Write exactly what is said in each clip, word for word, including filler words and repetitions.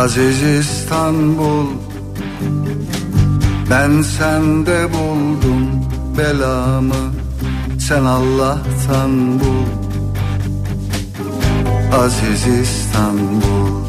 Aziz İstanbul, ben sende buldum belamı, sen Allah'tan bul. Aziz İstanbul,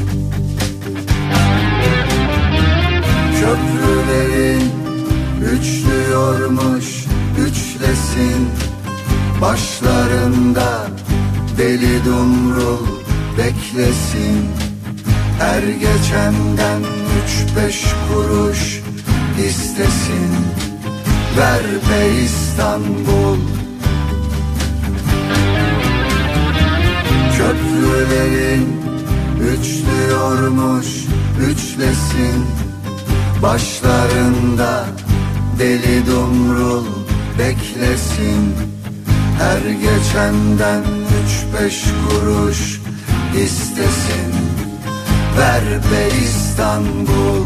köprülerin üçlüyormuş, üçlesin. Başlarında deli dumrul beklesin. Her geçenden üç beş kuruş istesin. Ver be İstanbul. Köprülerin üçlüyormuş, üçlesin. Başlarında deli dumrul beklesin. Her geçenden üç beş kuruş istesin. Ver be İstanbul.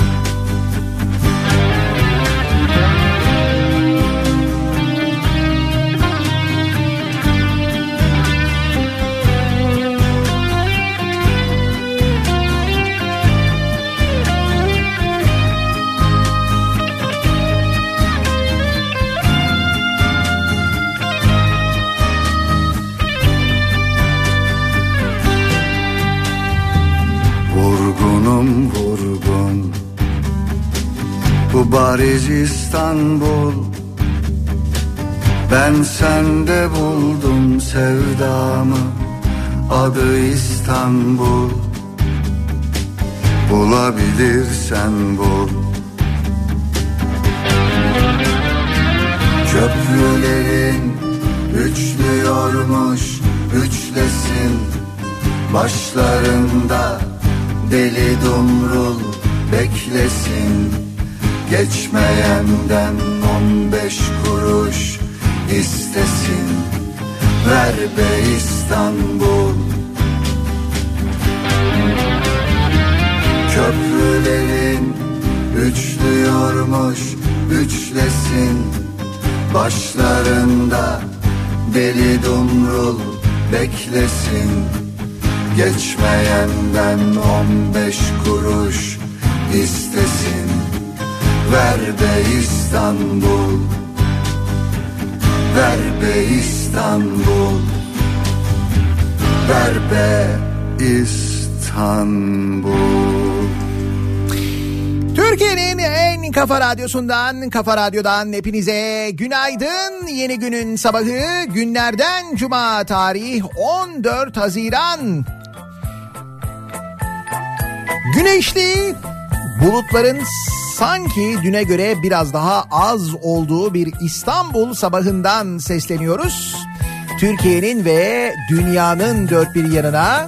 Vurgunum vurgun, bu bariz İstanbul. Ben sende buldum sevdamı, adı İstanbul. Bulabilirsen bul. Köprülerin üçlüyormuş, üçlesin. Başlarında deli dumrul beklesin. Geçmeyenden on beş kuruş istesin. Ver be İstanbul. Köprülerin üçlüyormuş, üçlesin. Başlarında deli dumrul beklesin. Geçmeyenden on beş kuruş istesin. Ver be İstanbul. Ver be İstanbul. Ver be İstanbul. Türkiye'nin en kafa radyosundan, Kafa Radyo'dan hepinize günaydın. Yeni günün sabahı, günlerden cuma, tarih on dört Haziran. Güneşli, bulutların sanki düne göre biraz daha az olduğu bir İstanbul sabahından sesleniyoruz. Türkiye'nin ve dünyanın dört bir yanına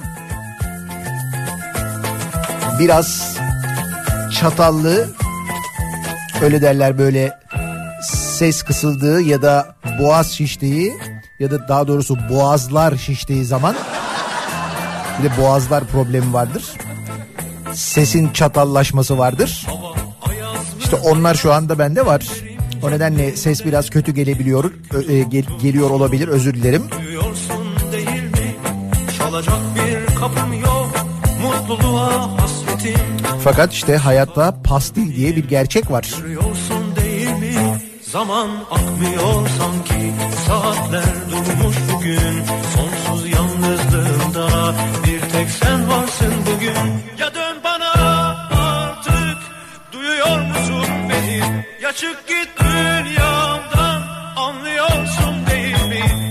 biraz çatallı, öyle derler, böyle ses kısıldığı ya da boğaz şiştiği ya da daha doğrusu boğazlar şiştiği zaman, bir de boğazlar problemi vardır. Sesin çatallaşması vardır. İşte onlar şu anda bende var. O nedenle ses biraz kötü gelebiliyor, e, gel, geliyor olabilir, özür dilerim. Çalacak bir kapım yok, mutluluğa hasretim. Fakat işte hayatta pastil diye bir gerçek var. Değil mi? Zaman akmıyor sanki, saatler durmuş bugün. Sonsuz yalnızlığımda bir tek sen varsın bugün. Ya dön bana artık, duyuyor musun beni? Ya çık git dünyamdan, anlıyorsun değil mi?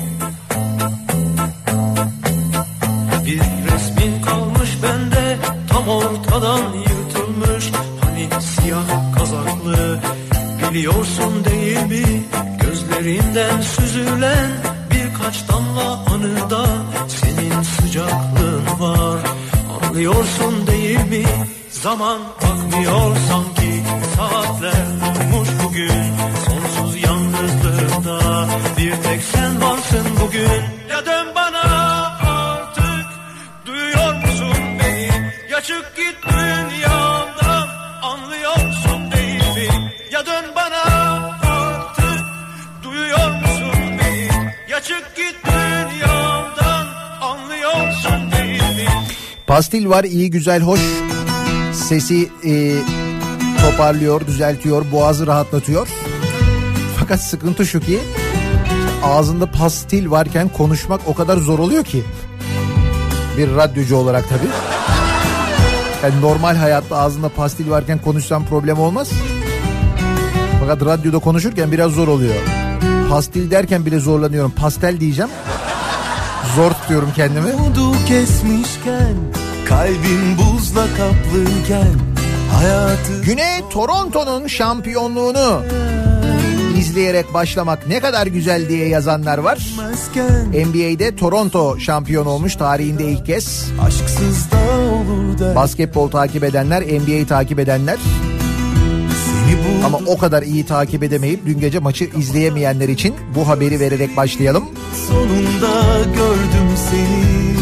Bir resmin kalmış bende, tam ortadan yırtılmış. Hani siyah kazaklı, biliyorsun değil mi? Gözlerinden süzülen birkaç damla anıda senin sıcaklığın var. Anlıyorsun değil mi? Zaman akmıyor sanki, saatler durmuş bugün. Sonsuz yalnızlığımda bir tek sen varsın bugün. Ya dön bana artık, duyuyor musun beni? Ya çık git dünyamdan, anlıyorsun değil mi? Ya dön bana artık, duyuyor musun beni? Ya çık git dünyamdan, anlıyorsun değil mi? Pastil var, iyi güzel hoş. Sesi e, toparlıyor, düzeltiyor, boğazı rahatlatıyor. Fakat sıkıntı şu ki ağzında pastil varken konuşmak o kadar zor oluyor ki. Bir radyocu olarak tabii. Yani normal hayatta ağzında pastil varken konuşsam problem olmaz. Fakat radyoda konuşurken biraz zor oluyor. Pastil derken bile zorlanıyorum. Pastel diyeceğim. Zor tutuyorum kendimi. Umudu kesmişken, kalbin buzla kaplıyken, hayatı... Güne Toronto'nun şampiyonluğunu izleyerek başlamak ne kadar güzel diye yazanlar var. N B A'de Toronto şampiyon olmuş tarihinde ilk kez. Aşksız da olur da. Basketbol takip edenler, N B A'yi takip edenler. Ama o kadar iyi takip edemeyip dün gece maçı izleyemeyenler için bu haberi vererek başlayalım. Sonunda gördüm seni.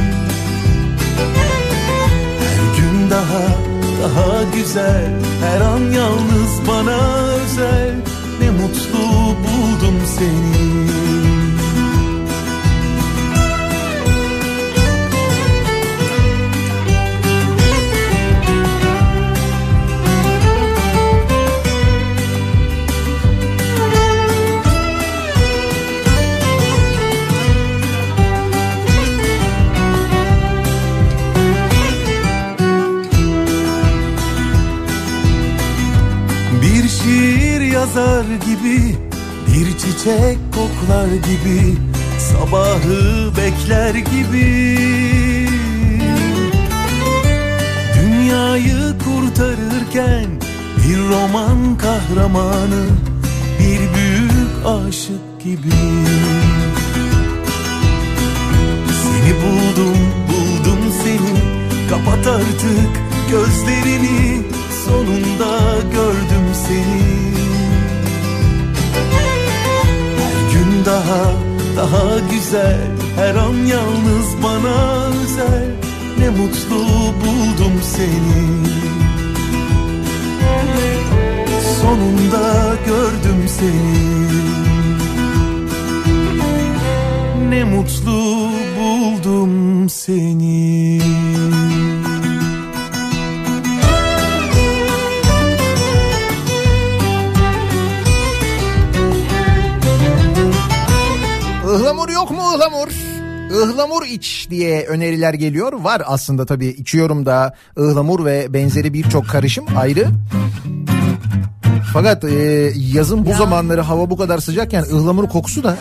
Her gün daha daha güzel, her an yalnız bana özel. Ne mutlu buldum seni. Bir şiir yazar gibi, bir çiçek koklar gibi, sabahı bekler gibi. Dünyayı kurtarırken bir roman kahramanı, bir büyük aşık gibi. Seni buldum, buldum seni, kapat artık gözlerini, sonunda gördüm seni. Her gün daha daha güzel, her an yalnız bana özel. Ne mutlu buldum seni. Sonunda gördüm seni. Ne mutlu buldum seni. Ihlamur yok mu ıhlamur? Ihlamur iç diye öneriler geliyor. Var aslında tabii, içiyorum da ıhlamur ve benzeri birçok karışım ayrı. Fakat e, yazın bu zamanları hava bu kadar sıcakken ıhlamur kokusu da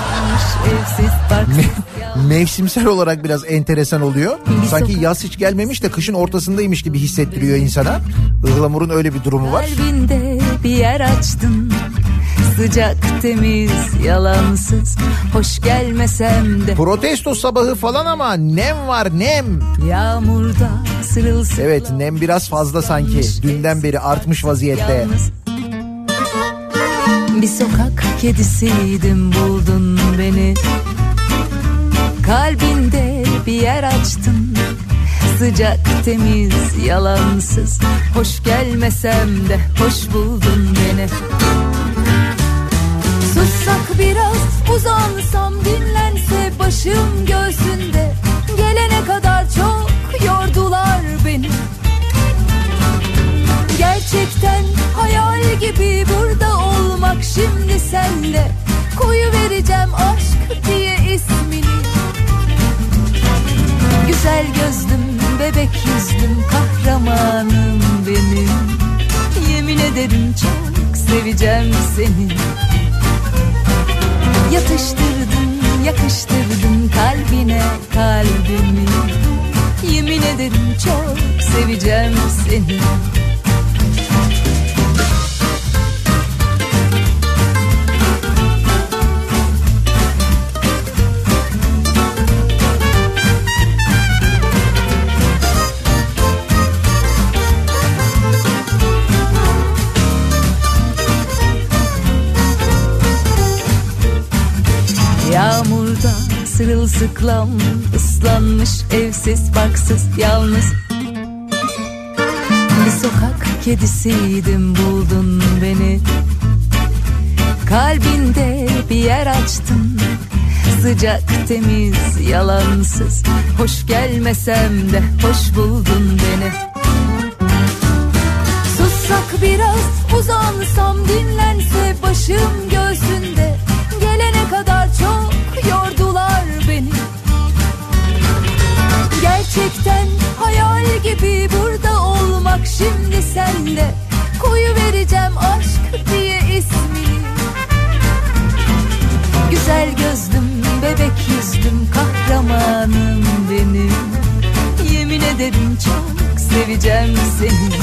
me- mevsimsel olarak biraz enteresan oluyor. Sanki yaz hiç gelmemiş de kışın ortasındaymış gibi hissettiriyor insana. Ihlamurun öyle bir durumu var. Kalbinde bir yer açtın. Sıcak, temiz, yalansız, hoş gelmesem de. Protesto sabahı falan ama nem var, nem. Yağmurda sırılsıklam. Evet, nem biraz fazla sanki. Dünden beri artmış vaziyette. Yalnız. Bir sokak kedisiydim, buldun beni. Kalbinde bir yer açtın. Sıcak, temiz, yalansız, hoş gelmesem de hoş buldun beni. Sussak biraz, uzansam, dinlense başım göğsünde. Gelene kadar çok yordular beni. Gerçekten hayal gibi burada olmak şimdi senle. Koyuvereceğim aşk diye ismini. Güzel gözlüm, bebek yüzlüm, kahramanım benim. Yemin ederim çok seveceğim seni. Yatıştırdın, yakıştırdın kalbine kalbimi. Yemin ederim çok seveceğim seni. Yağmurda sırılsıklam, ıslanmış, evsiz, barksız, yalnız. Bir sokak kedisiydim, buldun beni. Kalbinde bir yer açtın. Sıcak, temiz, yalansız. Hoş gelmesem de hoş buldun beni. Sussak biraz, uzansam, dinlense başım göğsünde. Gelene kadar çok yordular beni. Gerçekten hayal gibi burada olmak şimdi sende. Koyu vereceğim aşk diye ismini. Güzel gözlüm, bebek yüzlüm, kahramanım benim. Yemin ederim çok seveceğim seni.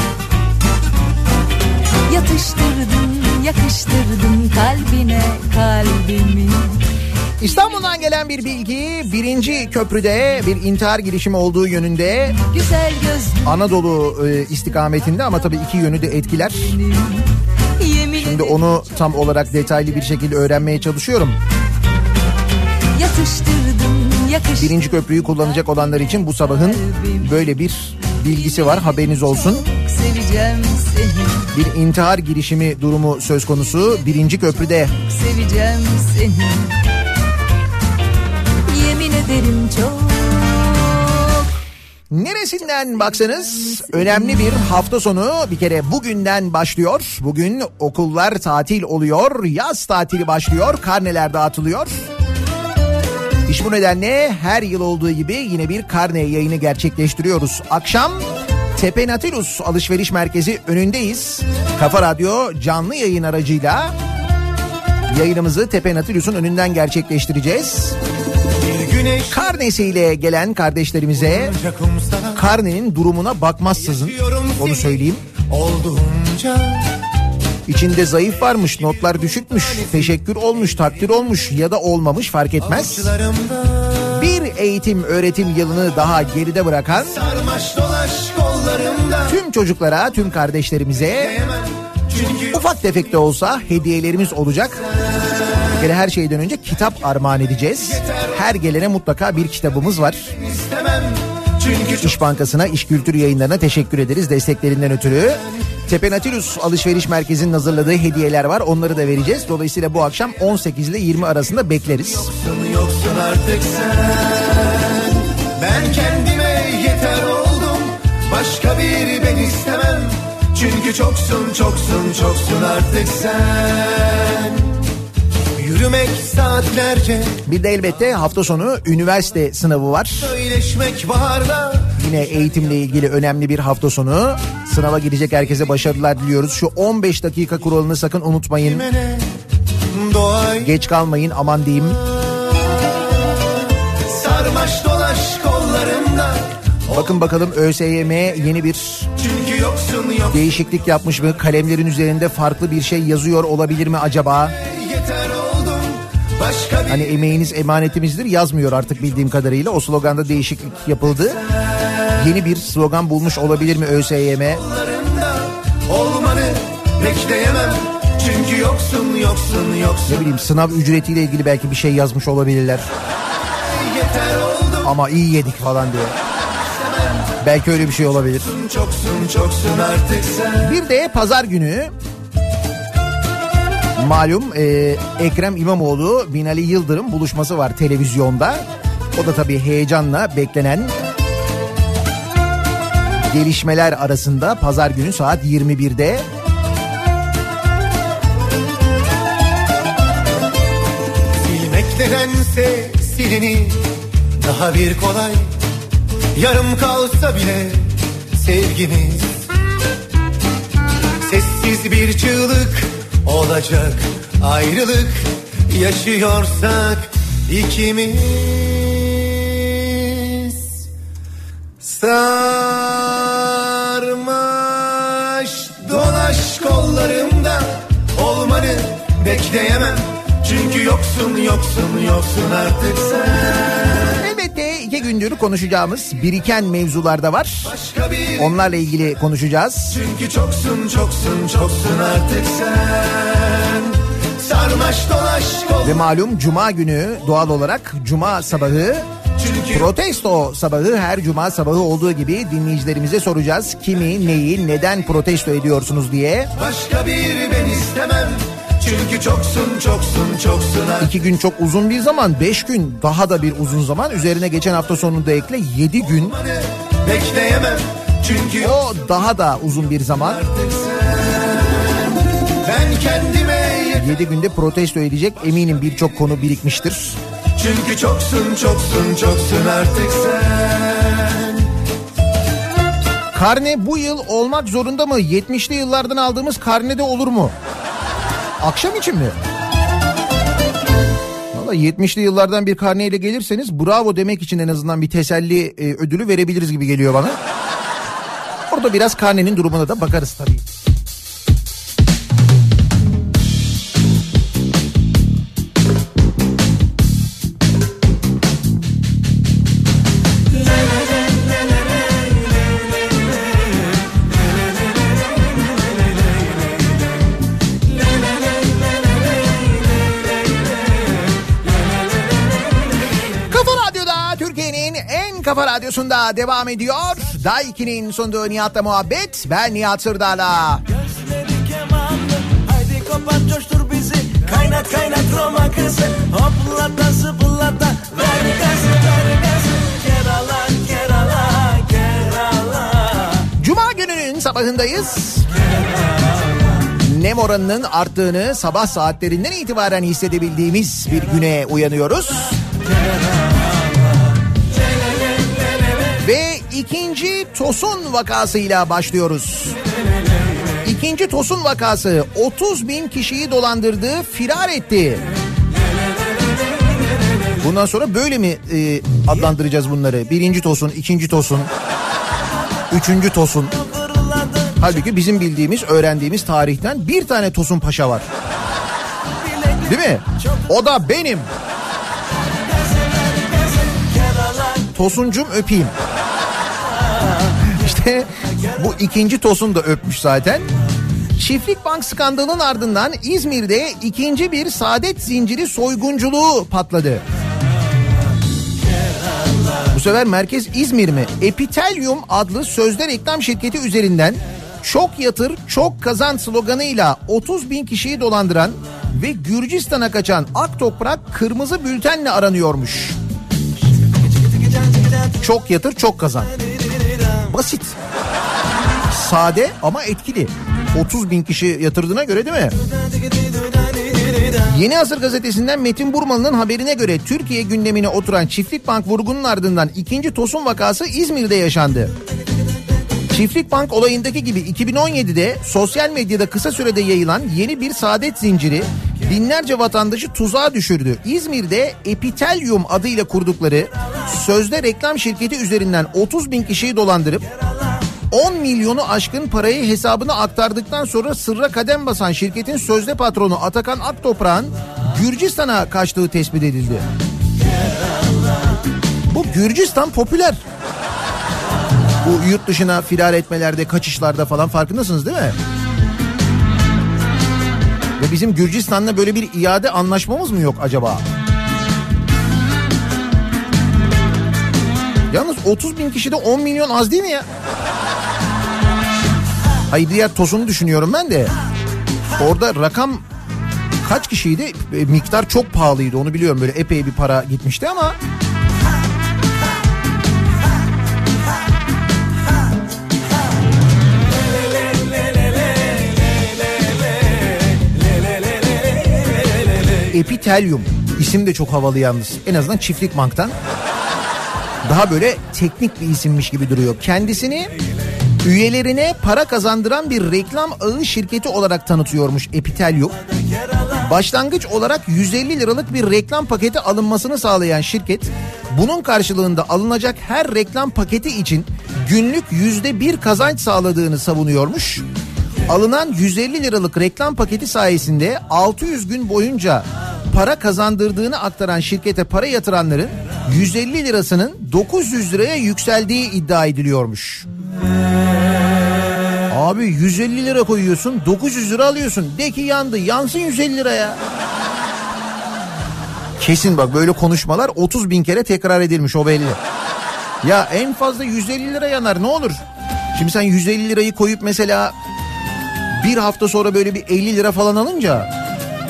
Yatıştırdın, yakıştırdın kalbine kalbimi. İstanbul'dan gelen bir bilgi, birinci köprüde bir intihar girişimi olduğu yönünde. Güzel gözlüm, Anadolu e, istikametinde ama tabii iki yönü de etkiler. Şimdi onu tam olarak detaylı bir şekilde öğrenmeye çalışıyorum. Birinci köprüyü kullanacak olanlar için bu sabahın böyle bir bilgisi var, haberiniz olsun. Bir intihar girişimi durumu söz konusu birinci köprüde. Seveceğim seni. Yemin ederim çok. Neresinden baksanız önemli bir hafta sonu bir kere bugünden başlıyor. Bugün okullar tatil oluyor, yaz tatili başlıyor, karneler dağıtılıyor. İş bu nedenle her yıl olduğu gibi yine bir karne yayını gerçekleştiriyoruz. Akşam Tepe Nautilus Alışveriş Merkezi önündeyiz. Kafa Radyo canlı yayın aracıyla yayınımızı Tepe Nautilus'un önünden gerçekleştireceğiz. Karnesiyle gelen kardeşlerimize karnenin durumuna bakmazsızın, onu söyleyeyim. İçinde zayıf varmış, notlar düşükmüş, teşekkür olmuş, takdir olmuş ya da olmamış fark etmez. Bir eğitim öğretim yılını daha geride bırakan tüm çocuklara, tüm kardeşlerimize ufak tefek de olsa hediyelerimiz olacak. Bir kere her şeyden önce kitap armağan edeceğiz. Her gelene mutlaka bir kitabımız var. İş Bankası'na, İş Kültür Yayınları'na teşekkür ederiz desteklerinden ötürü. Tepe Nautilus Alışveriş Merkezi'nin hazırladığı hediyeler var. Onları da vereceğiz. Dolayısıyla bu akşam on sekiz ile yirmi arasında bekleriz. Yoksun, yoksun artık sen. Ben kendime yeter oldum. Başka biri ben istemem. Çünkü çoksun, çoksun, çoksun artık sen. Yürümek saatlerce. Bir de elbette hafta sonu üniversite sınavı var. Söyleşmek baharda. Yine eğitimle ilgili önemli bir hafta sonu. Sınava girecek herkese başarılar diliyoruz. Şu on beş dakika kuralını sakın unutmayın. Geç kalmayın, aman diyeyim. Sarmaş dolaş kollarımda. Bakın bakalım ÖSYM yeni bir yoksun, yoksun. değişiklik yapmış mı? Kalemlerin üzerinde farklı bir şey yazıyor olabilir mi acaba? Hani emeğiniz emanetimizdir yazmıyor artık bildiğim kadarıyla. O sloganda değişiklik yapıldı. Yeni bir slogan bulmuş olabilir mi ÖSYM? Olmanı bekleyemem. Çünkü yoksun, yoksun, yoksun. Ne bileyim, sınav ücretiyle ilgili belki bir şey yazmış olabilirler. Ama iyi yedik falan diyor. Belki öyle bir şey olabilir. Çoksun, çoksun artık sen. Bir de pazar günü malum e, Ekrem İmamoğlu, Binali Yıldırım buluşması var televizyonda. O da tabii heyecanla beklenen gelişmeler arasında pazar günü saat yirmi birde. Silmektense silini daha bir kolay. Yarım kalsa bile sevgimiz sessiz bir çığlık olacak. Ayrılık yaşıyorsak ikimiz. Sarmaş dolaş kollarımda. Olmanı bekleyemem. Çünkü yoksun, yoksun, yoksun artık sen. Elbette iki gündür konuşacağımız biriken mevzular da var. Onlarla ilgili konuşacağız. Çünkü çoksun, çoksun, çoksun artık sen. Sarmaş dolaş kol. Ve malum cuma günü doğal olarak cuma sabahı, çünkü protesto sabahı, her cuma sabahı olduğu gibi dinleyicilerimize soracağız. Kimi, neyi, neden protesto ediyorsunuz diye. Başka bir ben istemem. Çünkü çoksun çoksun çoksun artık. İki gün çok uzun bir zaman, beş gün daha da bir uzun zaman. Üzerine geçen hafta sonunda ekle yedi gün. Bekleyemem çünkü o daha da uzun bir zaman. Ben kendime yedi günde protesto edecek eminim birçok konu birikmiştir. Çünkü çoksun çoksun çoksun artık sen. Karne bu yıl olmak zorunda mı? yetmişli yıllardan aldığımız karnede olur mu? Akşam için mi? Valla yetmişli yıllardan bir karneyle gelirseniz bravo demek için en azından bir teselli e, ödülü verebiliriz gibi geliyor bana. Orada biraz karnenin durumuna da bakarız tabii. Kafa Radyosu'nda devam ediyor. Daiki'nin sunduğu Nihat'la muhabbet. Ben Nihat Sırdar'la. Gözleri kemanlı, haydi kopat coştur bizi. Kaynat kaynat Roma kızı. Hoplata zıplata, ver gazı ver gazı. Kerala Kerala Kerala. Cuma gününün sabahındayız. Nem oranının arttığını sabah saatlerinden itibaren hissedebildiğimiz bir güne uyanıyoruz. Ve ikinci Tosun vakasıyla başlıyoruz. İkinci Tosun vakası otuz bin kişiyi dolandırdı, firar etti. Bundan sonra böyle mi e, adlandıracağız bunları? Birinci Tosun, ikinci Tosun, üçüncü Tosun. Halbuki bizim bildiğimiz, öğrendiğimiz tarihten bir tane Tosun Paşa var. Değil mi? O da benim. Tosuncum öpeyim. İşte bu ikinci Tosun da öpmüş zaten. Çiftlik Bank skandalının ardından İzmir'de ikinci bir saadet zinciri soygunculuğu patladı. Bu sefer merkez İzmir mi? Epitelyum adlı sözde reklam şirketi üzerinden çok yatır çok kazan sloganıyla otuz bin kişiyi dolandıran ve Gürcistan'a kaçan Ak Toprak kırmızı bültenle aranıyormuş. Çok yatır çok kazan. Basit. Sade ama etkili. otuz bin kişi yatırdığına göre değil mi? Yeni Asır gazetesinden Metin Burmalı'nın haberine göre Türkiye gündemine oturan Çiftlik Bank vurgunun ardından ikinci Tosun vakası İzmir'de yaşandı. Çiftlik Bank olayındaki gibi iki bin on yedide sosyal medyada kısa sürede yayılan yeni bir saadet zinciri binlerce vatandaşı tuzağa düşürdü. İzmir'de Epitelyum adıyla kurdukları sözde reklam şirketi üzerinden otuz bin kişiyi dolandırıp on milyonu aşkın parayı hesabına aktardıktan sonra sırra kadem basan şirketin sözde patronu Atakan Aktoprak'ın Gürcistan'a kaçtığı tespit edildi. Bu Gürcistan popüler. Bu yurt dışına firar etmelerde, kaçışlarda falan farkındasınız değil mi? Ve bizim Gürcistan'la böyle bir iade anlaşmamız mı yok acaba? Yalnız otuz bin kişide on milyon az değil mi ya? Hayır, diğer Tosun'u düşünüyorum ben de. Orada rakam kaç kişiydi? E, miktar çok pahalıydı, onu biliyorum, böyle epey bir para gitmişti ama... Epitelyum isim de çok havalı yalnız. En azından Çiftlik Bank'tan. Daha böyle teknik bir isimmiş gibi duruyor. Kendisini üyelerine para kazandıran bir reklam ağı şirketi olarak tanıtıyormuş Epitelyum. Başlangıç olarak yüz elli liralık bir reklam paketi alınmasını sağlayan şirket, bunun karşılığında alınacak her reklam paketi için günlük yüzde bir kazanç sağladığını savunuyormuş. Alınan yüz elli liralık reklam paketi sayesinde altı yüz gün boyunca para kazandırdığını aktaran şirkete para yatıranların yüz elli lirasının dokuz yüz liraya yükseldiği iddia ediliyormuş. Abi yüz elli lira koyuyorsun, dokuz yüz lira alıyorsun. De ki yandı, yansın yüz elli liraya. Kesin bak, böyle konuşmalar otuz bin kere tekrar edilmiş, o belli. Ya en fazla yüz elli lira yanar, ne olur. Şimdi sen yüz elli lirayı koyup mesela bir hafta sonra böyle bir elli lira falan alınca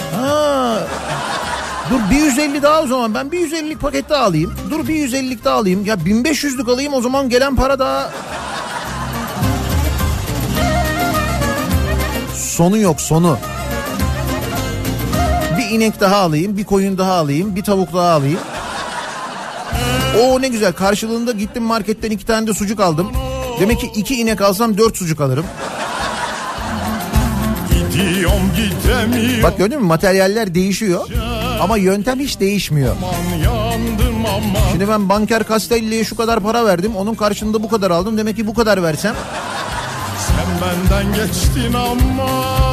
Dur bir yüz elli daha o zaman, ben bir yüz ellilik paket daha alayım. Dur bir yüz ellilik daha alayım. Ya bin beş yüzlük alayım o zaman, gelen para daha... Sonu yok, sonu. Bir inek daha alayım, bir koyun daha alayım, bir tavuk daha alayım. Oo ne güzel, karşılığında gittim marketten iki tane de sucuk aldım. Demek ki iki inek alsam dört sucuk alırım. Bak gördün mü, materyaller değişiyor ama yöntem hiç değişmiyor. Şimdi ben Banker Castelli'ye şu kadar para verdim, onun karşılığında bu kadar aldım. Demek ki bu kadar versem. Sen benden geçtin ama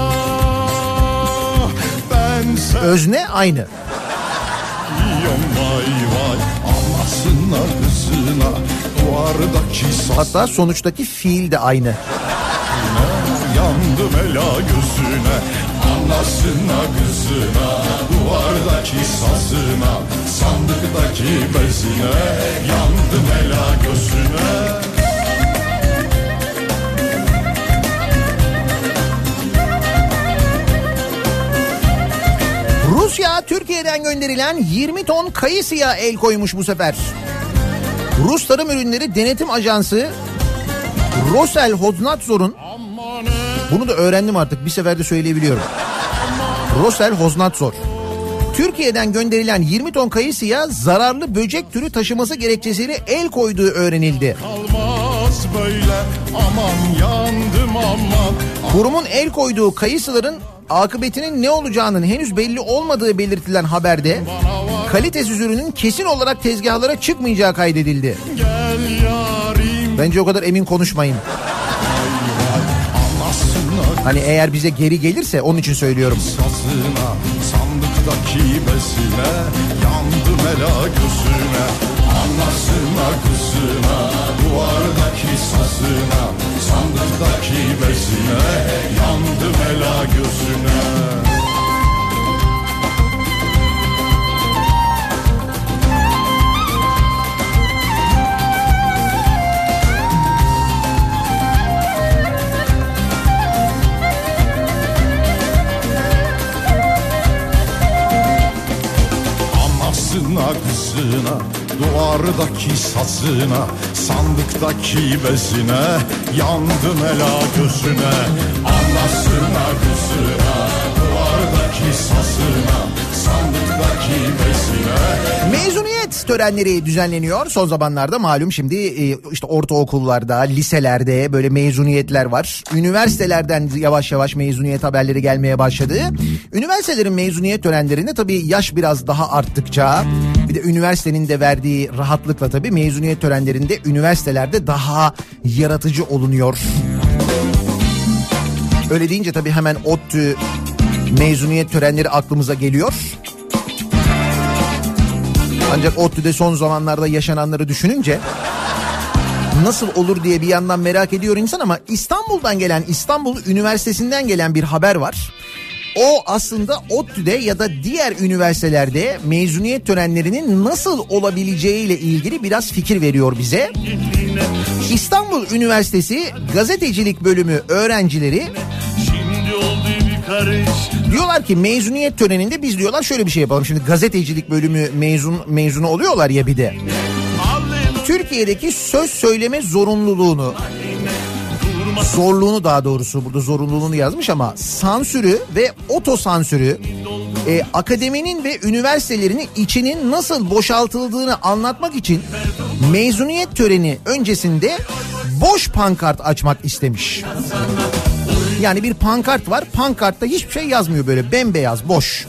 ben sen... Özne aynı. Vay vay anasına kızına duvardaki sas... Hatta sonuçtaki fiil de aynı. Yandım ela gözüne, anasına kızına, duvardaki sazına, sandıktaki bezine, yandım ela gözüne. Rusya Türkiye'den gönderilen yirmi ton kayısıya el koymuş bu sefer. Rus Tarım Ürünleri Denetim Ajansı Roselhoznadzor'un, bunu da öğrendim artık, bir seferde söyleyebiliyorum. Roselhoznadzor, Türkiye'den gönderilen yirmi ton kayısıya zararlı böcek türü taşıması gerekçesiyle el koyduğu öğrenildi. Kalmaz böyle, aman yandım aman. Kurumun el koyduğu kayısıların akıbetinin ne olacağının henüz belli olmadığı belirtilen haberde kalitesiz ürünün kesin olarak tezgahlara çıkmayacağı kaydedildi. Bence o kadar emin konuşmayın. Hani eğer bize geri gelirse onun için söylüyorum. Sazına, sandıktaki besine, yandım ela gözüne, anasına kızına, duvardaki sazına, sandıktaki besine, yandım ela gözüne. Kızına, duvardaki sazına, sandıktaki bezine, yandım ela gözüne, anasına kızına, duvardaki sazına, sandıktaki bezine. Mezuniyet törenleri düzenleniyor son zamanlarda, malum şimdi işte ortaokullarda, liselerde böyle mezuniyetler var. Üniversitelerden yavaş yavaş mezuniyet haberleri gelmeye başladı. Üniversitelerin mezuniyet törenlerinde tabii yaş biraz daha arttıkça, bir de üniversitenin de verdiği rahatlıkla tabii mezuniyet törenlerinde üniversitelerde daha yaratıcı olunuyor. Öyle deyince tabii hemen ODTÜ mezuniyet törenleri aklımıza geliyor. Ancak ODTÜ'de son zamanlarda yaşananları düşününce nasıl olur diye bir yandan merak ediyor insan, ama İstanbul'dan gelen, İstanbul Üniversitesi'nden gelen bir haber var. O aslında ODTÜ'de ya da diğer üniversitelerde mezuniyet törenlerinin nasıl olabileceğiyle ilgili biraz fikir veriyor bize. İstanbul Üniversitesi Gazetecilik Bölümü öğrencileri diyorlar ki mezuniyet töreninde biz diyorlar şöyle bir şey yapalım. Şimdi gazetecilik bölümü mezun mezunu oluyorlar ya bir de. Türkiye'deki söz söyleme zorunluluğunu, zorluğunu daha doğrusu, burada zorunluluğunu yazmış ama sansürü ve otosansürü, e, akademinin ve üniversitelerinin içinin nasıl boşaltıldığını anlatmak için mezuniyet töreni öncesinde boş pankart açmak istemiş. Yani bir pankart var, pankartta hiçbir şey yazmıyor, böyle bembeyaz, boş.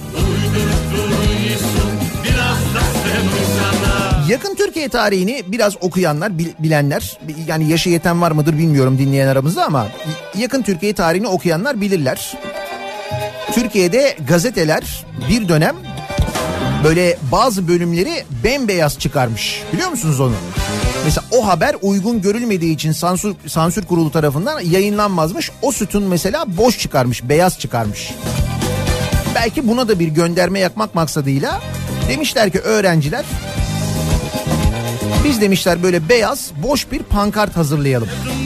Yakın Türkiye tarihini biraz okuyanlar, bilenler, yani yaşı yeten var mıdır bilmiyorum dinleyen aramızda, ama yakın Türkiye tarihini okuyanlar bilirler. Türkiye'de gazeteler bir dönem böyle bazı bölümleri bembeyaz çıkarmış. Biliyor musunuz onu? Mesela o haber uygun görülmediği için sansür, sansür kurulu tarafından yayınlanmazmış. O sütun mesela boş çıkarmış, beyaz çıkarmış. Belki buna da bir gönderme yapmak maksadıyla demişler ki öğrenciler, biz demişler böyle beyaz boş bir pankart hazırlayalım.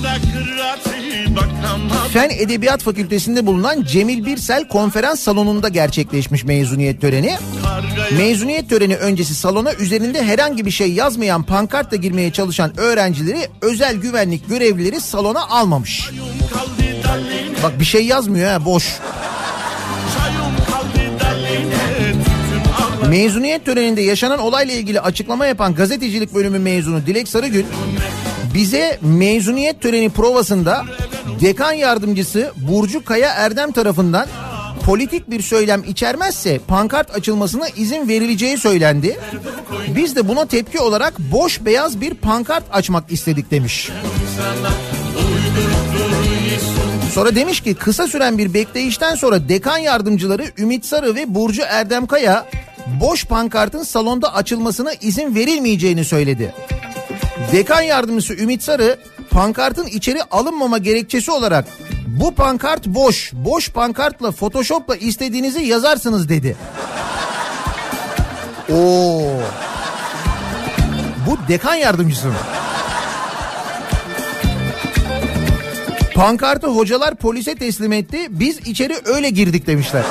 Fen Edebiyat Fakültesi'nde bulunan Cemil Birsel Konferans Salonu'nda gerçekleşmiş mezuniyet töreni. Mezuniyet töreni öncesi salona üzerinde herhangi bir şey yazmayan pankartla girmeye çalışan öğrencileri özel güvenlik görevlileri salona almamış. Bak bir şey yazmıyor ha, boş. Mezuniyet töreninde yaşanan olayla ilgili açıklama yapan gazetecilik bölümü mezunu Dilek Sarıgül, bize mezuniyet töreni provasında dekan yardımcısı Burcu Kaya Erdem tarafından politik bir söylem içermezse pankart açılmasına izin verileceği söylendi. Biz de buna tepki olarak boş beyaz bir pankart açmak istedik demiş. Sonra demiş ki kısa süren bir bekleyişten sonra dekan yardımcıları Ümit Sarı ve Burcu Erdem Kaya boş pankartın salonda açılmasına izin verilmeyeceğini söyledi. Dekan yardımcısı Ümit Sarı pankartın içeri alınmama gerekçesi olarak bu pankart boş, boş pankartla Photoshop'la istediğinizi yazarsınız dedi. Oo. Bu dekan yardımcısı mı? Pankartı hocalar polise teslim etti, biz içeri öyle girdik demişler.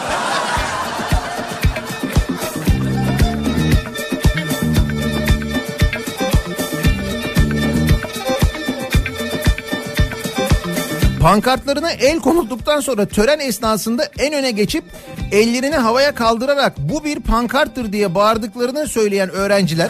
Pankartlarına el konulduktan sonra tören esnasında en öne geçip ellerini havaya kaldırarak bu bir pankarttır diye bağırdıklarını söyleyen öğrenciler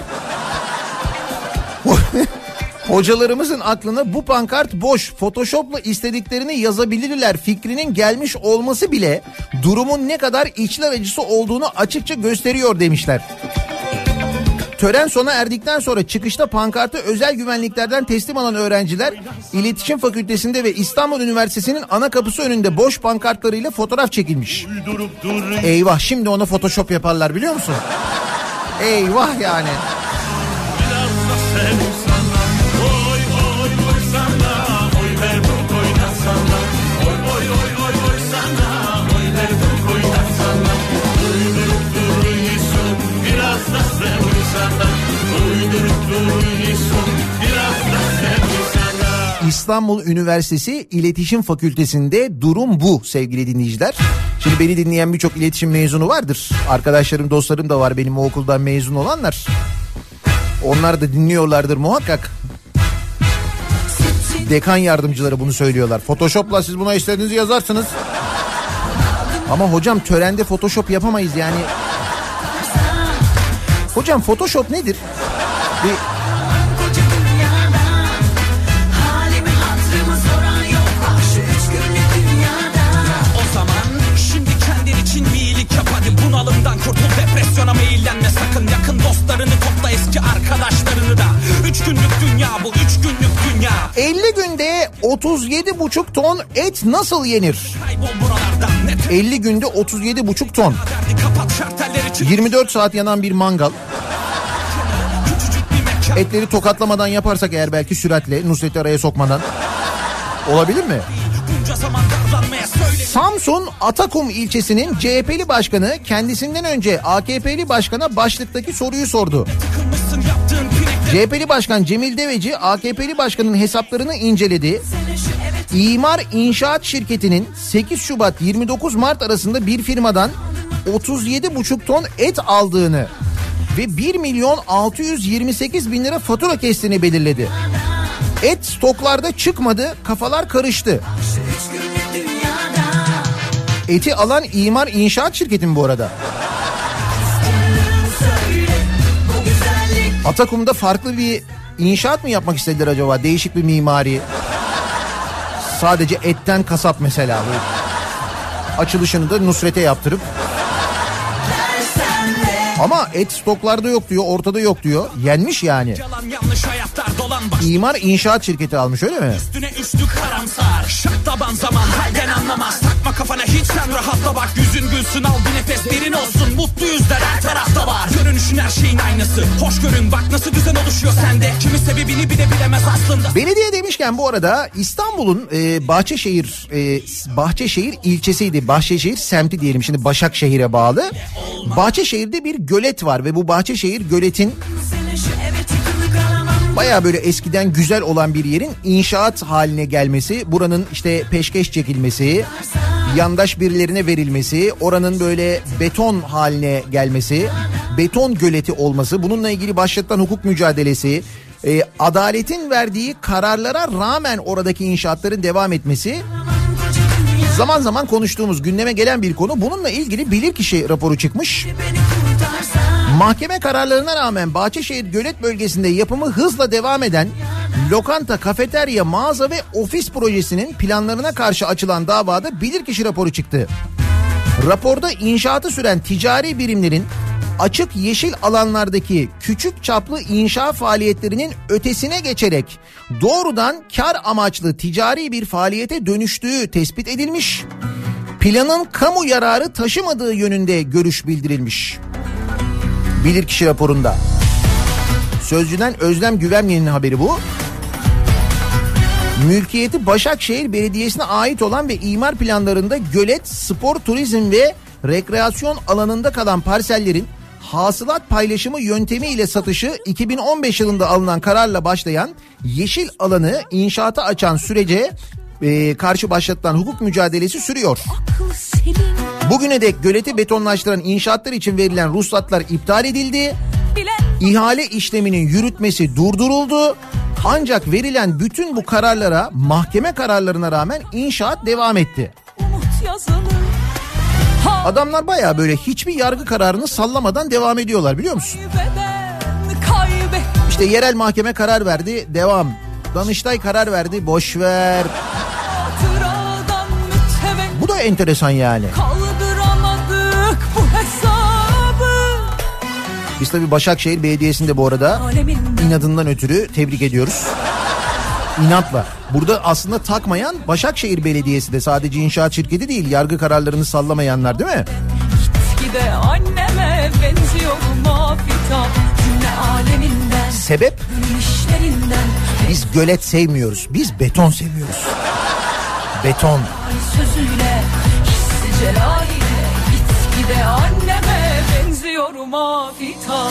hocalarımızın aklına bu pankart boş, Photoshop'la istediklerini yazabilirler fikrinin gelmiş olması bile durumun ne kadar içler acısı olduğunu açıkça gösteriyor demişler. Tören sona erdikten sonra çıkışta pankartı özel güvenliklerden teslim alan öğrenciler İletişim Fakültesi'nde ve İstanbul Üniversitesi'nin ana kapısı önünde boş pankartlarıyla fotoğraf çekilmiş. Eyvah, şimdi ona Photoshop yaparlar biliyor musun? Eyvah yani. İstanbul Üniversitesi İletişim Fakültesi'nde durum bu sevgili dinleyiciler. Şimdi beni dinleyen birçok iletişim mezunu vardır. Arkadaşlarım, dostlarım da var benim o okuldan mezun olanlar. Onlar da dinliyorlardır muhakkak. Dekan yardımcıları bunu söylüyorlar. Photoshop'la siz buna istediğinizi yazarsınız. Ama hocam törende Photoshop yapamayız yani. Hocam Photoshop nedir? Bir... Bunalımdan kurtul, depresyona meyillenme sakın. Yakın dostlarını topla, eski arkadaşlarını da. Üç günlük dünya bu, üç günlük dünya. elli günde otuz yedi buçuk ton et nasıl yenir? elli günde otuz yedi buçuk ton. yirmi dört saat yanan bir mangal. Etleri tokatlamadan yaparsak eğer, belki süratle, Nusret'i araya sokmadan. Olabilir mi? Samsun Atakum ilçesinin C H P'li başkanı kendisinden önce A K P'li başkana başlıktaki soruyu sordu. C H P'li başkan Cemil Deveci A K P'li başkanın hesaplarını inceledi. İmar İnşaat Şirketi'nin sekiz Şubat yirmi dokuz Mart arasında bir firmadan otuz yedi buçuk ton et aldığını ve bir milyon altı yüz yirmi sekiz bin lira fatura kestiğini belirledi. Et stoklarda çıkmadı, kafalar karıştı. Eti alan İmar İnşaat Şirketi mi bu arada? Atakum'da farklı bir inşaat mı yapmak istediler acaba? Değişik bir mimari. Sadece etten kasap mesela. Açılışını da Nusret'e yaptırıp. Ama et stoklarda yok diyor, ortada yok diyor. Yenmiş yani. İmar İnşaat Şirketi almış, öyle mi? Üstüne üstlük karamsar. Şaklaban zaman halden anlamaz. Takma kafana hiç, sen rahatla bak. Yüzün gülsün, al bir nefes derin olsun. Mutlu yüzler her tarafta var. Görünüşün her şeyin aynısı. Hoş görün bak nasıl düzen oluşuyor sende. Kimi sebebini bile bilemez aslında. Belediye demişken bu arada İstanbul'un e, Bahçeşehir e, Bahçeşehir ilçesiydi. Bahçeşehir semti diyelim şimdi, Başakşehir'e bağlı. Bahçeşehir'de bir gölet var ve bu Bahçeşehir göletin baya böyle eskiden güzel olan bir yerin inşaat haline gelmesi, buranın işte peşkeş çekilmesi, yandaş birilerine verilmesi, oranın böyle beton haline gelmesi, beton göleti olması, bununla ilgili başlatılan hukuk mücadelesi, e, adaletin verdiği kararlara rağmen oradaki inşaatların devam etmesi zaman zaman konuştuğumuz, gündeme gelen bir konu. Bununla ilgili bilirkişi raporu çıkmış. Mahkeme kararlarına rağmen Bahçeşehir Gölet bölgesinde yapımı hızla devam eden lokanta, kafeterya, mağaza ve ofis projesinin planlarına karşı açılan davada bilirkişi raporu çıktı. Raporda inşaatı süren ticari birimlerin açık yeşil alanlardaki küçük çaplı inşaat faaliyetlerinin ötesine geçerek doğrudan kar amaçlı ticari bir faaliyete dönüştüğü tespit edilmiş. Planın kamu yararı taşımadığı yönünde görüş bildirilmiş. Bilirkişi raporunda. Sözcüden Özlem Güvenli'nin haberi bu. Mülkiyeti Başakşehir Belediyesi'ne ait olan ve imar planlarında gölet, spor, turizm ve rekreasyon alanında kalan parsellerin hasılat paylaşımı yöntemiyle satışı iki bin on beş yılında alınan kararla başlayan yeşil alanı inşaata açan sürece e, karşı başlatılan hukuk mücadelesi sürüyor. Bugüne dek göleti betonlaştıran inşaatlar için verilen ruhsatlar iptal edildi. İhale işleminin yürütmesi durduruldu. Ancak verilen bütün bu kararlara, mahkeme kararlarına rağmen inşaat devam etti. Adamlar bayağı böyle hiçbir yargı kararını sallamadan devam ediyorlar, biliyor musun? İşte yerel mahkeme karar verdi, devam. Danıştay karar verdi, boş ver. Bu da enteresan yani. Biz tabii Başakşehir Belediyesi'nde bu arada inadından ötürü tebrik ediyoruz. İnatla. Burada aslında takmayan Başakşehir Belediyesi de, sadece inşaat şirketi değil, yargı kararlarını sallamayanlar, değil mi? Gitgide anneme benziyorum afita, cümle aleminden. Sebep? Biz gölet sevmiyoruz. Biz beton seviyoruz. Beton. Sözüyle, hissi celaliyle, gitgide anneme benziyorum afita.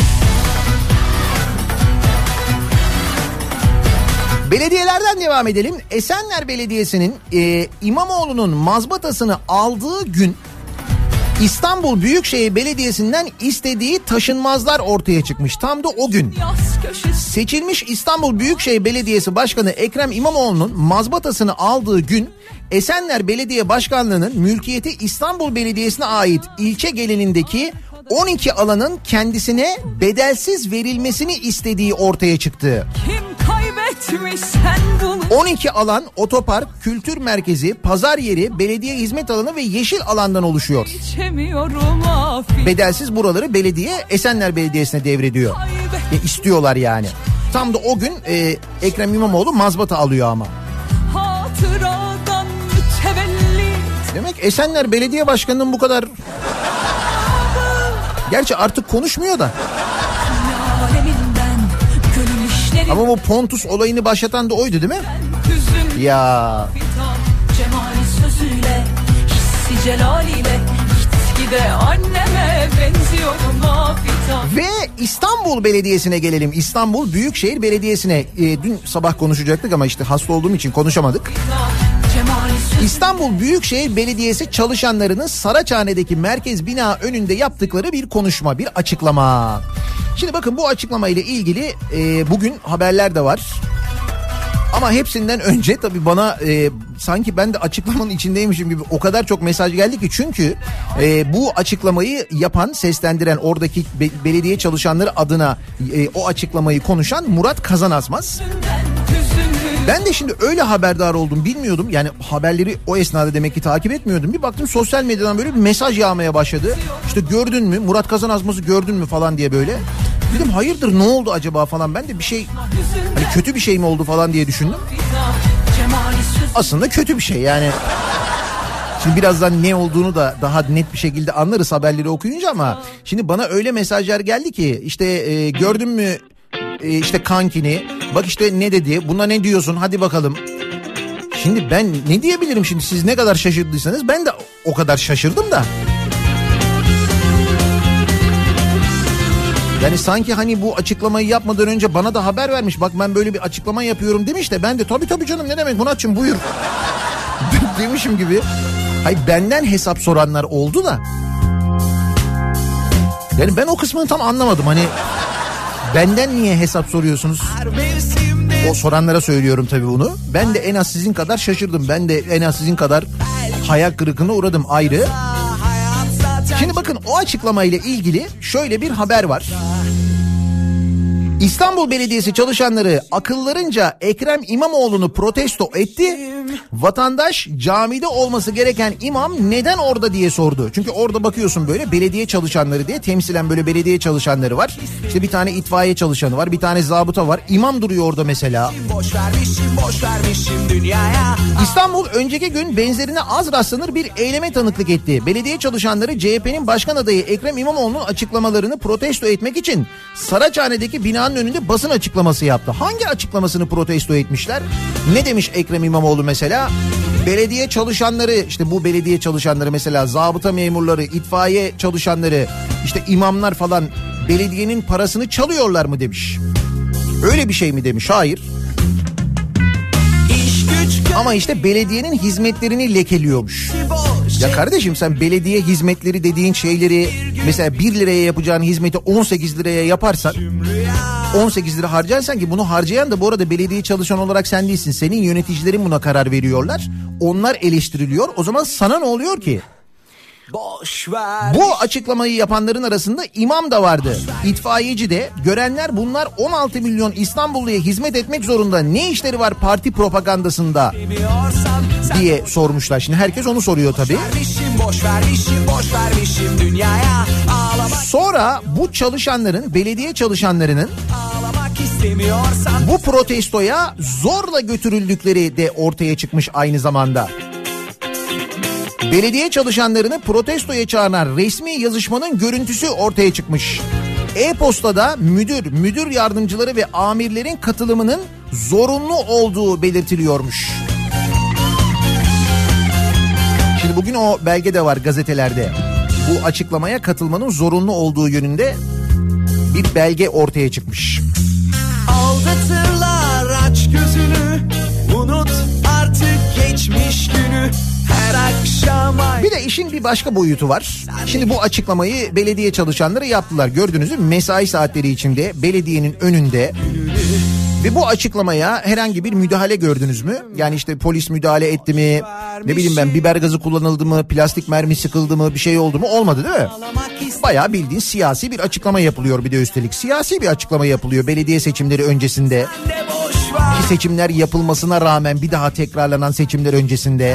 Belediyelerden devam edelim. Esenler Belediyesi'nin e, İmamoğlu'nun mazbatasını aldığı gün İstanbul Büyükşehir Belediyesi'nden istediği taşınmazlar ortaya çıkmış. Tam da o gün. Seçilmiş İstanbul Büyükşehir Belediyesi Başkanı Ekrem İmamoğlu'nun mazbatasını aldığı gün Esenler Belediye Başkanlığı'nın mülkiyeti İstanbul Belediyesi'ne ait ilçe genelindeki on iki alanın kendisine bedelsiz verilmesini istediği ortaya çıktı. Kim kaybetmiş sen bunu? on iki alan otopark, kültür merkezi, pazar yeri, belediye hizmet alanı ve yeşil alandan oluşuyor. Bedelsiz buraları belediye Esenler Belediyesi'ne devrediyor. E, istiyorlar yani. Tam da o gün e, Ekrem İmamoğlu mazbata alıyor ama. Demek Esenler Belediye Başkanı'nın bu kadar... Gerçi artık konuşmuyor da. Ama bu Pontus olayını başlatan da oydu, değil mi? Ya. Ve İstanbul Belediyesi'ne gelelim. İstanbul Büyükşehir Belediyesi'ne. E, dün sabah konuşacaktık ama işte hasta olduğum için konuşamadık. İstanbul Büyükşehir Belediyesi çalışanlarının Saraçhane'deki merkez bina önünde yaptıkları bir konuşma, bir açıklama. Şimdi bakın, bu açıklama ile ilgili e, bugün haberler de var. Ama hepsinden önce tabii bana e, sanki ben de açıklamanın içindeymişim gibi o kadar çok mesaj geldi ki. Çünkü e, bu açıklamayı yapan, seslendiren, oradaki be, belediye çalışanları adına e, o açıklamayı konuşan Murat Kazanasmaz. Ben de şimdi öyle haberdar oldum, bilmiyordum. Yani haberleri o esnada demek ki takip etmiyordum. Bir baktım sosyal medyadan böyle bir mesaj yağmaya başladı. İşte gördün mü, Murat Kazanasmaz'ı gördün mü falan diye böyle. Dedim hayırdır, ne oldu acaba falan. Ben de bir şey, hani kötü bir şey mi oldu falan diye düşündüm. Aslında kötü bir şey yani. Şimdi birazdan ne olduğunu da daha net bir şekilde anlarız haberleri okuyunca, ama şimdi bana öyle mesajlar geldi ki işte e, gördün mü e, işte kankini, bak işte ne dedi, buna ne diyorsun, hadi bakalım. Şimdi ben ne diyebilirim şimdi, siz ne kadar şaşırdıysanız ben de o kadar şaşırdım da. Yani sanki hani bu açıklamayı yapmadan önce bana da haber vermiş. Bak ben böyle bir açıklama yapıyorum demiş de ben de tabii tabii canım ne demek Muratçım buyur demişim gibi. Hayır, benden hesap soranlar oldu da. Yani ben o kısmını tam anlamadım. Hani benden niye hesap soruyorsunuz? O soranlara söylüyorum tabii bunu. Ben de en az sizin kadar şaşırdım. Ben de en az sizin kadar hayal kırıklığına uğradım, ayrı. Şimdi bakın, o açıklamayla ilgili şöyle bir haber var. İstanbul Belediyesi çalışanları akıllarınca Ekrem İmamoğlu'nu protesto etti. Vatandaş camide olması gereken imam neden orada diye sordu. Çünkü orada bakıyorsun böyle belediye çalışanları diye temsilen böyle belediye çalışanları var. İşte bir tane itfaiye çalışanı var, bir tane zabıta var. İmam duruyor orada mesela. Boş vermişim, boş vermişim dünyaya. İstanbul önceki gün benzerine az rastlanır bir eyleme tanıklık etti. Belediye çalışanları C H P'nin başkan adayı Ekrem İmamoğlu'nun açıklamalarını protesto etmek için Saraçhane'deki binanın önünde basın açıklaması yaptı. Hangi açıklamasını protesto etmişler? Ne demiş Ekrem İmamoğlu mesela? Belediye çalışanları, işte bu belediye çalışanları mesela zabıta memurları, itfaiye çalışanları, işte imamlar falan belediyenin parasını çalıyorlar mı demiş. Öyle bir şey mi demiş? Hayır. Ama işte belediyenin hizmetlerini lekeliyormuş. Ya kardeşim, sen belediye hizmetleri dediğin şeyleri mesela bir liraya yapacağın hizmeti on sekiz liraya yaparsan, on sekiz lira harcarsan, ki bunu harcayan da bu arada belediye çalışan olarak sen değilsin. Senin yöneticilerin buna karar veriyorlar. Onlar eleştiriliyor. O zaman sana ne oluyor ki? Boş ver. Bu açıklamayı yapanların arasında imam da vardı. İtfaiyeci de. Görenler bunlar on altı milyon İstanbulluya hizmet etmek zorunda. Ne işleri var parti propagandasında diye sormuşlar. Şimdi herkes onu soruyor tabii. Boş vermişim, boş vermişim dünyaya. Ağlamak Sonra bu çalışanların, belediye çalışanlarının istemiyorsan bu protestoya zorla götürüldükleri de ortaya çıkmış aynı zamanda. Belediye çalışanlarını protestoya çağıran resmi yazışmanın görüntüsü ortaya çıkmış. E-postada müdür, müdür yardımcıları ve amirlerin katılımının zorunlu olduğu belirtiliyormuş. Şimdi bugün o belge de var gazetelerde. Bu açıklamaya katılmanın zorunlu olduğu yönünde bir belge ortaya çıkmış. aldatırlar, aç gözünü, unut artık geçmiş günü. Her akşam ay... Bir de işin bir başka boyutu var. Şimdi bu açıklamayı belediye çalışanları yaptılar. Gördünüz mü? Mesai saatleri içinde belediyenin önünde. Ve bu açıklamaya herhangi bir müdahale gördünüz mü? Yani işte polis müdahale etti mi? Ne bileyim ben, biber gazı kullanıldı mı? Plastik mermi sıkıldı mı? Bir şey oldu mu? Olmadı değil mi? Bayağı bildiğin siyasi bir açıklama yapılıyor bir de üstelik. Siyasi bir açıklama yapılıyor belediye seçimleri öncesinde. Ki seçimler yapılmasına rağmen bir daha tekrarlanan seçimler öncesinde.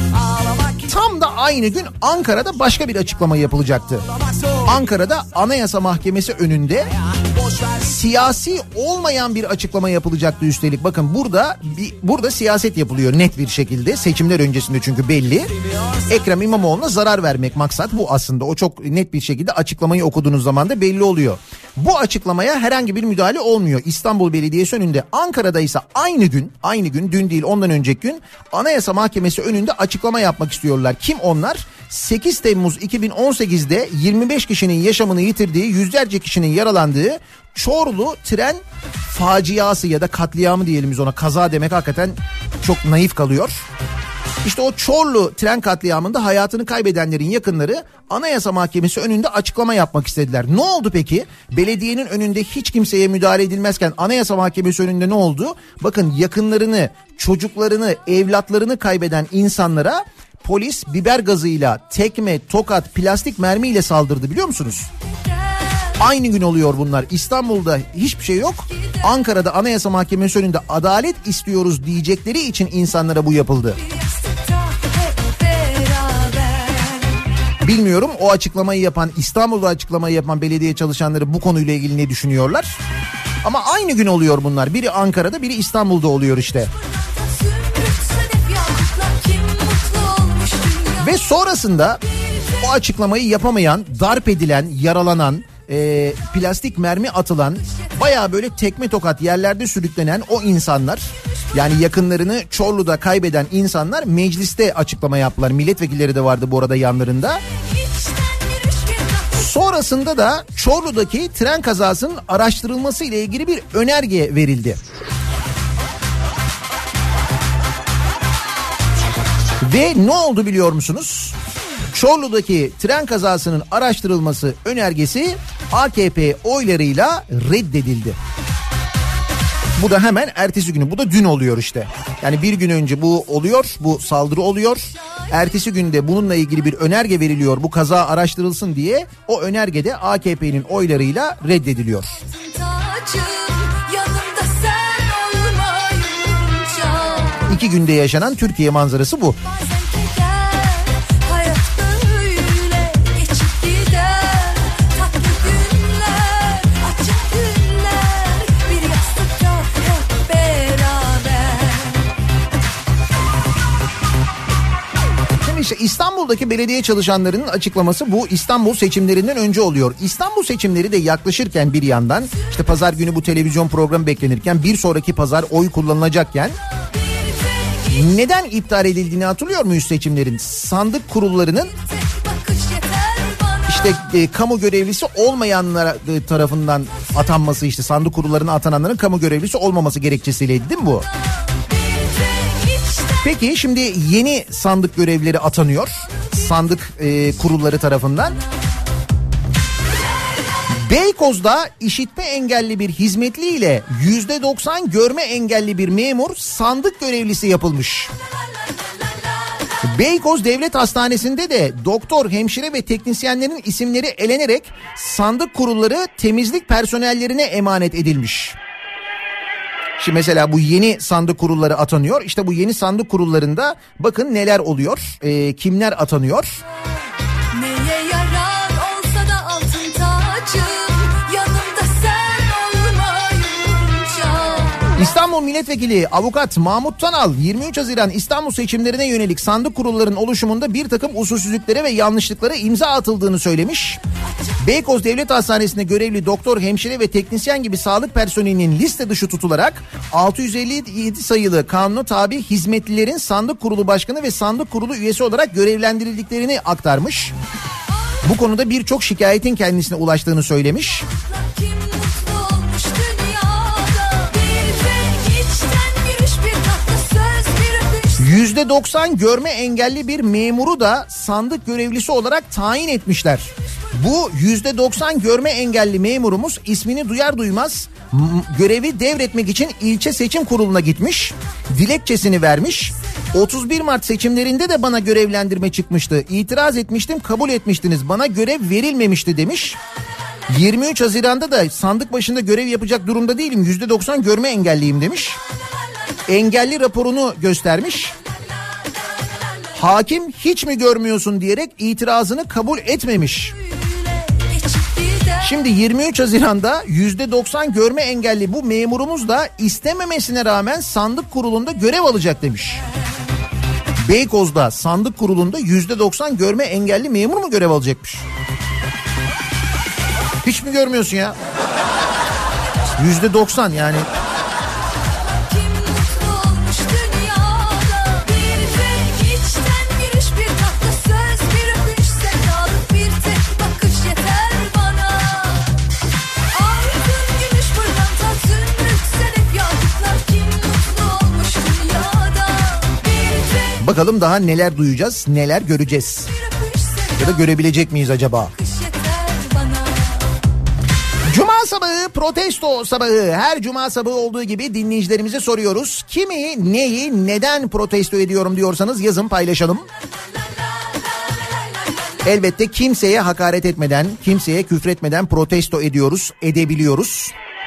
Tam da aynı gün Ankara'da başka bir açıklama yapılacaktı. Ankara'da Anayasa Mahkemesi önünde siyasi olmayan bir açıklama yapılacaktı üstelik. Bakın burada bir, burada siyaset yapılıyor net bir şekilde. Seçimler öncesinde çünkü belli. Ekrem İmamoğlu'na zarar vermek maksat bu aslında. O çok net bir şekilde açıklamayı okuduğunuz zaman da belli oluyor. Bu açıklamaya herhangi bir müdahale olmuyor. İstanbul Belediyesi önünde. Ankara'da ise aynı gün, aynı gün, dün değil ondan önceki gün Anayasa Mahkemesi önünde açıklama yapmak istiyorlar. Kim onlar? sekiz Temmuz iki bin on sekizde yirmi beş kişinin yaşamını yitirdiği, yüzlerce kişinin yaralandığı Çorlu tren faciası ya da katliamı diyelim biz ona. Kaza demek hakikaten çok naif kalıyor. İşte o Çorlu tren katliamında hayatını kaybedenlerin yakınları Anayasa Mahkemesi önünde açıklama yapmak istediler. Ne oldu peki? Belediyenin önünde hiç kimseye müdahale edilmezken Anayasa Mahkemesi önünde ne oldu? Bakın, yakınlarını, çocuklarını, evlatlarını kaybeden insanlara polis biber gazıyla, tekme, tokat, plastik mermiyle saldırdı, biliyor musunuz? Aynı gün oluyor bunlar. İstanbul'da hiçbir şey yok. Ankara'da Anayasa Mahkemesi önünde adalet istiyoruz diyecekleri için insanlara bu yapıldı. Bilmiyorum o açıklamayı yapan, İstanbul'da açıklamayı yapan belediye çalışanları bu konuyla ilgili ne düşünüyorlar? Ama aynı gün oluyor bunlar. Biri Ankara'da, biri İstanbul'da oluyor işte. Ve sonrasında o açıklamayı yapamayan, darp edilen, yaralanan, e, plastik mermi atılan, bayağı böyle tekme tokat yerlerde sürüklenen o insanlar, yani yakınlarını Çorlu'da kaybeden insanlar mecliste açıklama yaptılar. Milletvekilleri de vardı bu arada yanlarında. Sonrasında da Çorlu'daki tren kazasının araştırılması ile ilgili bir önerge verildi. Ve ne oldu biliyor musunuz? Çorlu'daki tren kazasının araştırılması önergesi A K P oylarıyla reddedildi. Bu da hemen ertesi günü, bu da dün oluyor işte. Yani bir gün önce bu oluyor, bu saldırı oluyor. Ertesi günde bununla ilgili bir önerge veriliyor, bu kaza araştırılsın diye. O önergede A K P'nin oylarıyla reddediliyor. İki günde yaşanan Türkiye manzarası bu. İşte İstanbul'daki belediye çalışanlarının açıklaması bu İstanbul seçimlerinden önce oluyor. İstanbul seçimleri de yaklaşırken bir yandan işte pazar günü bu televizyon programı beklenirken bir sonraki pazar oy kullanılacakken neden iptal edildiğini hatırlıyor muyuz seçimlerin? Sandık kurullarının işte e, kamu görevlisi olmayanlar tarafından atanması, işte sandık kurullarına atananların kamu görevlisi olmaması gerekçesiyleydi değil mi bu? Peki şimdi yeni sandık görevlileri atanıyor sandık e, kurulları tarafından. Beykoz'da işitme engelli bir hizmetli ile yüzde doksan görme engelli bir memur sandık görevlisi yapılmış. Beykoz Devlet Hastanesi'nde de doktor, hemşire ve teknisyenlerin isimleri elenerek sandık kurulları temizlik personellerine emanet edilmiş. Şimdi mesela bu yeni sandık kurulları atanıyor. İşte bu yeni sandık kurullarında bakın neler oluyor, e, kimler atanıyor. Neye yarar olsa da altın tacım, yanımda sen olmayınca. İstanbul Milletvekili Avukat Mahmut Tanal yirmi üç Haziran İstanbul seçimlerine yönelik sandık kurullarının oluşumunda bir takım usulsüzlüklere ve yanlışlıklara imza atıldığını söylemiş. Beykoz Devlet Hastanesi'nde görevli doktor, hemşire ve teknisyen gibi sağlık personelinin liste dışı tutularak altı yüz elli yedi sayılı kanuna tabi hizmetlilerin sandık kurulu başkanı ve sandık kurulu üyesi olarak görevlendirildiklerini aktarmış. Bu konuda birçok şikayetin kendisine ulaştığını söylemiş. yüzde doksan görme engelli bir memuru da sandık görevlisi olarak tayin etmişler. Bu yüzde doksan görme engelli memurumuz ismini duyar duymaz görevi devretmek için ilçe seçim kuruluna gitmiş. Dilekçesini vermiş. otuz bir Mart seçimlerinde de bana görevlendirme çıkmıştı. İtiraz etmiştim, kabul etmiştiniz. Bana görev verilmemişti demiş. yirmi üç Haziran'da da sandık başında görev yapacak durumda değilim. yüzde doksan görme engelliyim demiş. Engelli raporunu göstermiş. Hakim hiç mi görmüyorsun diyerek itirazını kabul etmemiş. Şimdi yirmi üç Haziran'da yüzde doksan görme engelli bu memurumuz da istememesine rağmen sandık kurulunda görev alacak demiş. Beykoz'da sandık kurulunda yüzde doksan görme engelli memur mu görev alacakmış? Hiç mi görmüyorsun ya? yüzde doksan yani. Bakalım daha neler duyacağız, neler göreceğiz. Ya da görebilecek miyiz acaba? Cuma sabahı protesto sabahı. Her cuma sabahı olduğu gibi dinleyicilerimize soruyoruz. Kimi, neyi, neden protesto ediyorum diyorsanız yazın, paylaşalım. Elbette kimseye hakaret etmeden, kimseye küfretmeden protesto ediyoruz, edebiliyoruz.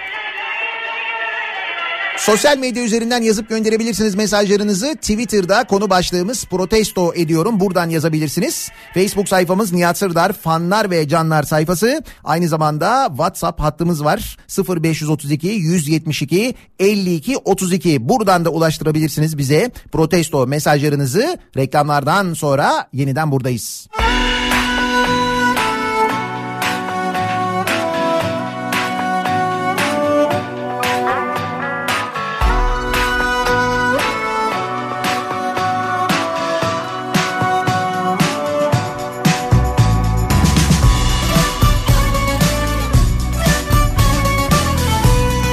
Sosyal medya üzerinden yazıp gönderebilirsiniz mesajlarınızı. Twitter'da konu başlığımız protesto ediyorum. Buradan yazabilirsiniz. Facebook sayfamız Nihat Sırdar fanlar ve canlar sayfası. Aynı zamanda WhatsApp hattımız var. sıfır beş otuz iki yüz yetmiş iki elli iki otuz iki. Buradan da ulaştırabilirsiniz bize protesto mesajlarınızı. Reklamlardan sonra yeniden buradayız.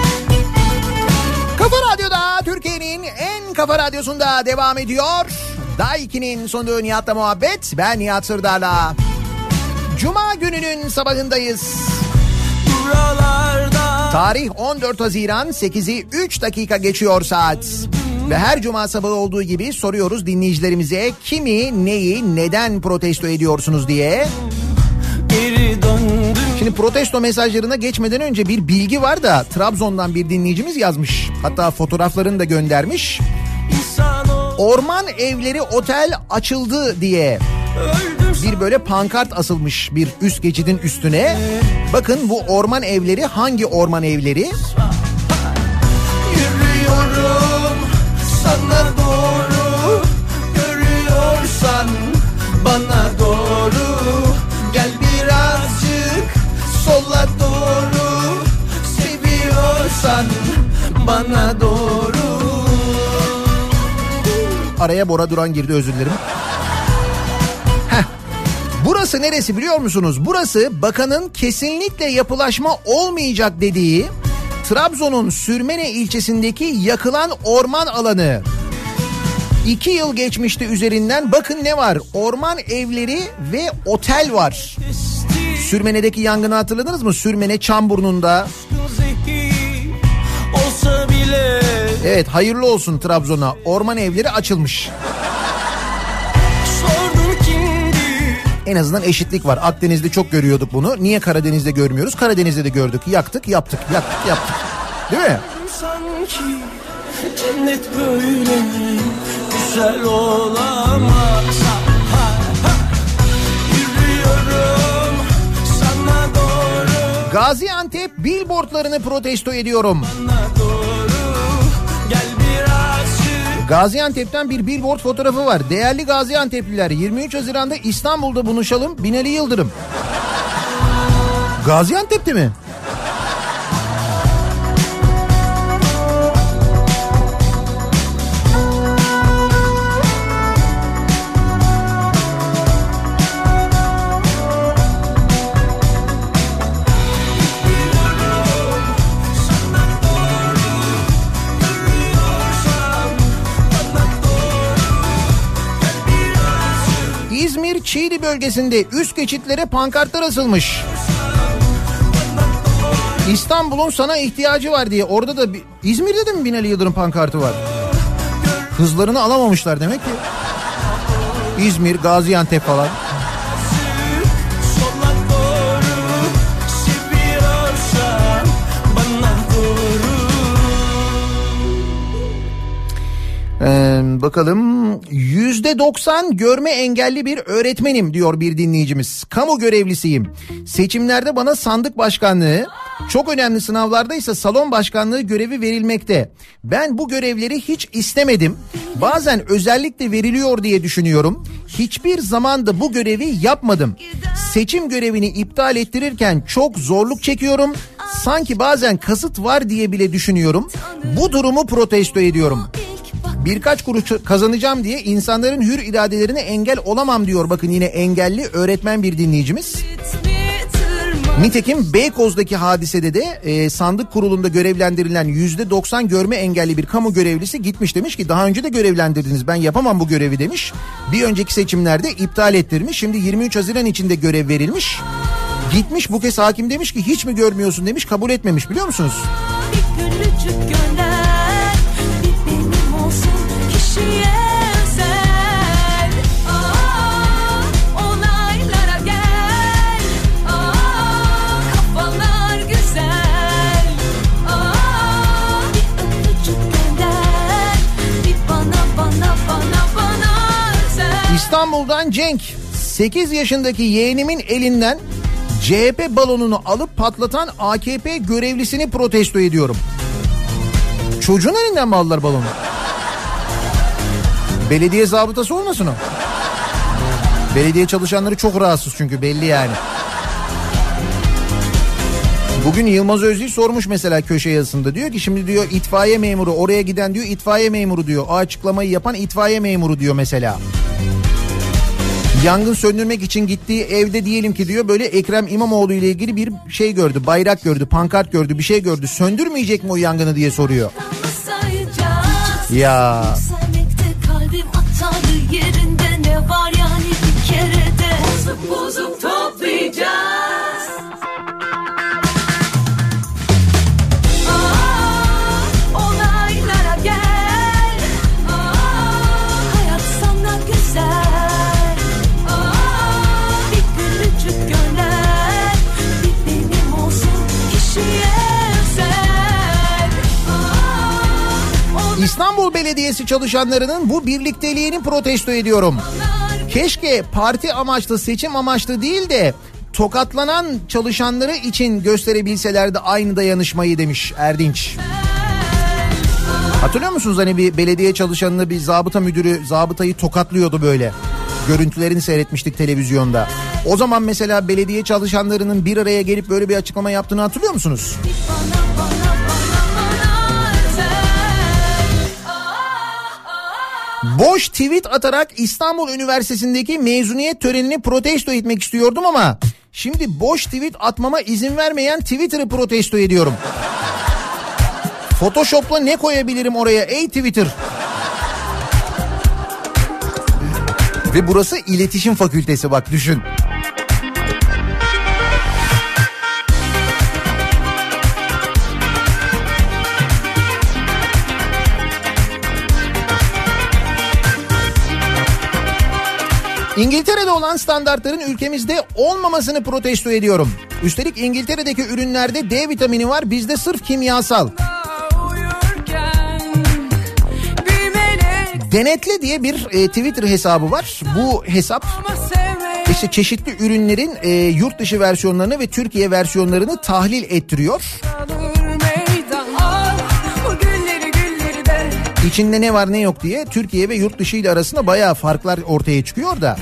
Kafa Radyosu'nda devam ediyor. Daha ikinin sonunda Nihat'la muhabbet. Ben Nihat Sırdar'la. Cuma gününün sabahındayız. Buralarda. Tarih on dört Haziran, sekizi üç dakika geçiyor saat. Ve her cuma sabahı olduğu gibi soruyoruz dinleyicilerimize kimi, neyi, neden protesto ediyorsunuz diye. Şimdi protesto mesajlarına geçmeden önce bir bilgi var da Trabzon'dan bir dinleyicimiz yazmış. Hatta fotoğraflarını da göndermiş. Orman Evleri Otel açıldı diye bir böyle pankart asılmış bir üst geçidin üstüne. Bakın bu orman evleri hangi orman evleri? Yürüyorum sana doğru, görüyorsan bana doğru, gel birazcık sola doğru, seviyorsan bana doğru. Araya Bora Duran girdi, özür dilerim. Heh. Burası neresi biliyor musunuz? Burası bakanın kesinlikle yapılaşma olmayacak dediği Trabzon'un Sürmene ilçesindeki yakılan orman alanı. İki yıl geçmişti üzerinden, bakın ne var? Orman evleri ve otel var. Sürmene'deki yangını hatırladınız mı? Sürmene Çamburnu'nda. Evet, hayırlı olsun Trabzon'a. Orman evleri açılmış. En azından eşitlik var. Akdeniz'de çok görüyorduk bunu. Niye Karadeniz'de görmüyoruz? Karadeniz'de de gördük. Yaktık, yaptık, yaktık, yaptık. Değil mi? Sanki cennet böyle güzel olamaz. Yürüyorum sana doğru. Gaziantep billboardlarını protesto ediyorum. Bana doğru, gel birazcık. Gaziantep'ten bir billboard fotoğrafı var. Değerli Gaziantep'liler, yirmi üç Haziran'da İstanbul'da buluşalım. Binali Yıldırım. Gaziantep'te mi? İzmir Çiğli bölgesinde üst geçitlere pankartlar asılmış. İstanbul'un sana ihtiyacı var diye. Orada da bir... İzmir'de de mi Binali Yıldırım pankartı var? Hızlarını alamamışlar demek ki. İzmir, Gaziantep falan. Ee, bakalım, yüzde doksan görme engelli bir öğretmenim diyor bir dinleyicimiz. Kamu görevlisiyim. Seçimlerde bana sandık başkanlığı, çok önemli sınavlarda ise salon başkanlığı görevi verilmekte. Ben bu görevleri hiç istemedim. Bazen özellikle veriliyor diye düşünüyorum. Hiçbir zaman da bu görevi yapmadım. Seçim görevini iptal ettirirken çok zorluk çekiyorum. Sanki bazen kasıt var diye bile düşünüyorum. Bu durumu protesto ediyorum. Birkaç kuruş kazanacağım diye insanların hür iradelerine engel olamam diyor. Bakın yine engelli öğretmen bir dinleyicimiz. Nitekim Beykoz'daki hadisede de e, sandık kurulunda görevlendirilen yüzde doksan görme engelli bir kamu görevlisi gitmiş, demiş ki daha önce de görevlendirdiniz, ben yapamam bu görevi demiş. Bir önceki seçimlerde iptal ettirmiş, şimdi yirmi üç Haziran içinde görev verilmiş. Gitmiş bu kez hakim demiş ki hiç mi görmüyorsun demiş, kabul etmemiş, biliyor musunuz? Bir gülücük gönder, bir benim olsun kişiye. İstanbul'dan Cenk, sekiz yaşındaki yeğenimin elinden C H P balonunu alıp patlatan A K P görevlisini protesto ediyorum. Çocuğun elinden mi aldılar balonu? Belediye zabıtası olmasın o? Belediye çalışanları çok rahatsız çünkü, belli yani. Bugün Yılmaz Özdil sormuş mesela köşe yazısında, diyor ki şimdi diyor itfaiye memuru, oraya giden diyor itfaiye memuru diyor, o açıklamayı yapan itfaiye memuru diyor mesela. Yangın söndürmek için gittiği evde diyelim ki diyor böyle Ekrem İmamoğlu ile ilgili bir şey gördü, bayrak gördü, pankart gördü, bir şey gördü, söndürmeyecek mi o yangını diye soruyor. Ya. var yani bir kere de bozup bozup toplayacağız. Aa, olaylara gel. Aa, hayat sana güzel. Aa, bir gülücük gönder. Bir benim olsun kişiye özel. Aa, İstanbul Belediyesi çalışanlarının bu birlikteliğini protesto ediyorum. Keşke parti amaçlı, seçim amaçlı değil de tokatlanan çalışanları için gösterebilselerdi aynı dayanışmayı demiş Erdinç. Hatırlıyor musunuz hani bir belediye çalışanını bir zabıta müdürü zabıtayı tokatlıyordu böyle. Görüntülerini seyretmiştik televizyonda. O zaman mesela belediye çalışanlarının bir araya gelip böyle bir açıklama yaptığını hatırlıyor musunuz? Boş tweet atarak İstanbul Üniversitesi'ndeki mezuniyet törenini protesto etmek istiyordum ama şimdi boş tweet atmama izin vermeyen Twitter'ı protesto ediyorum. Photoshop'la ne koyabilirim oraya ey Twitter? Ve burası iletişim fakültesi, bak düşün. İngiltere'de olan standartların ülkemizde olmamasını protesto ediyorum. Üstelik İngiltere'deki ürünlerde D vitamini var, bizde sırf kimyasal. Denetle diye bir e, Twitter hesabı var. Bu hesap işte çeşitli ürünlerin e, yurt dışı versiyonlarını ve Türkiye versiyonlarını tahlil ettiriyor. İçinde ne var ne yok diye Türkiye ve yurt dışı ile arasında bayağı farklar ortaya çıkıyor da.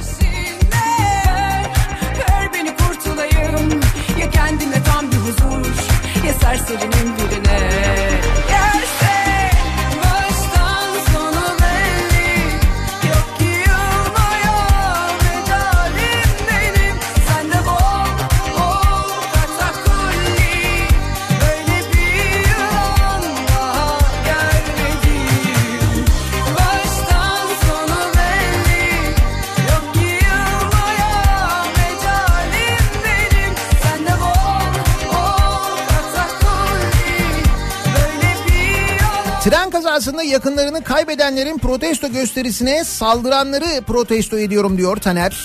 Ver beni kurtulayım, ya kendime tam bir huzur, ya serserinin birine. Yerse baştan sona belli, yok ki yılmaya medalim benim. Sen de bol bol katakulli, böyle bir yılan daha görmedim. Baştan sona belli, yok ki yılmaya medalim benim. Sen de bol bol katakulli, böyle bir yılan. Tren kazasında yakınlarını kaybedenlerin protesto gösterisine saldıranları protesto ediyorum diyor Taner.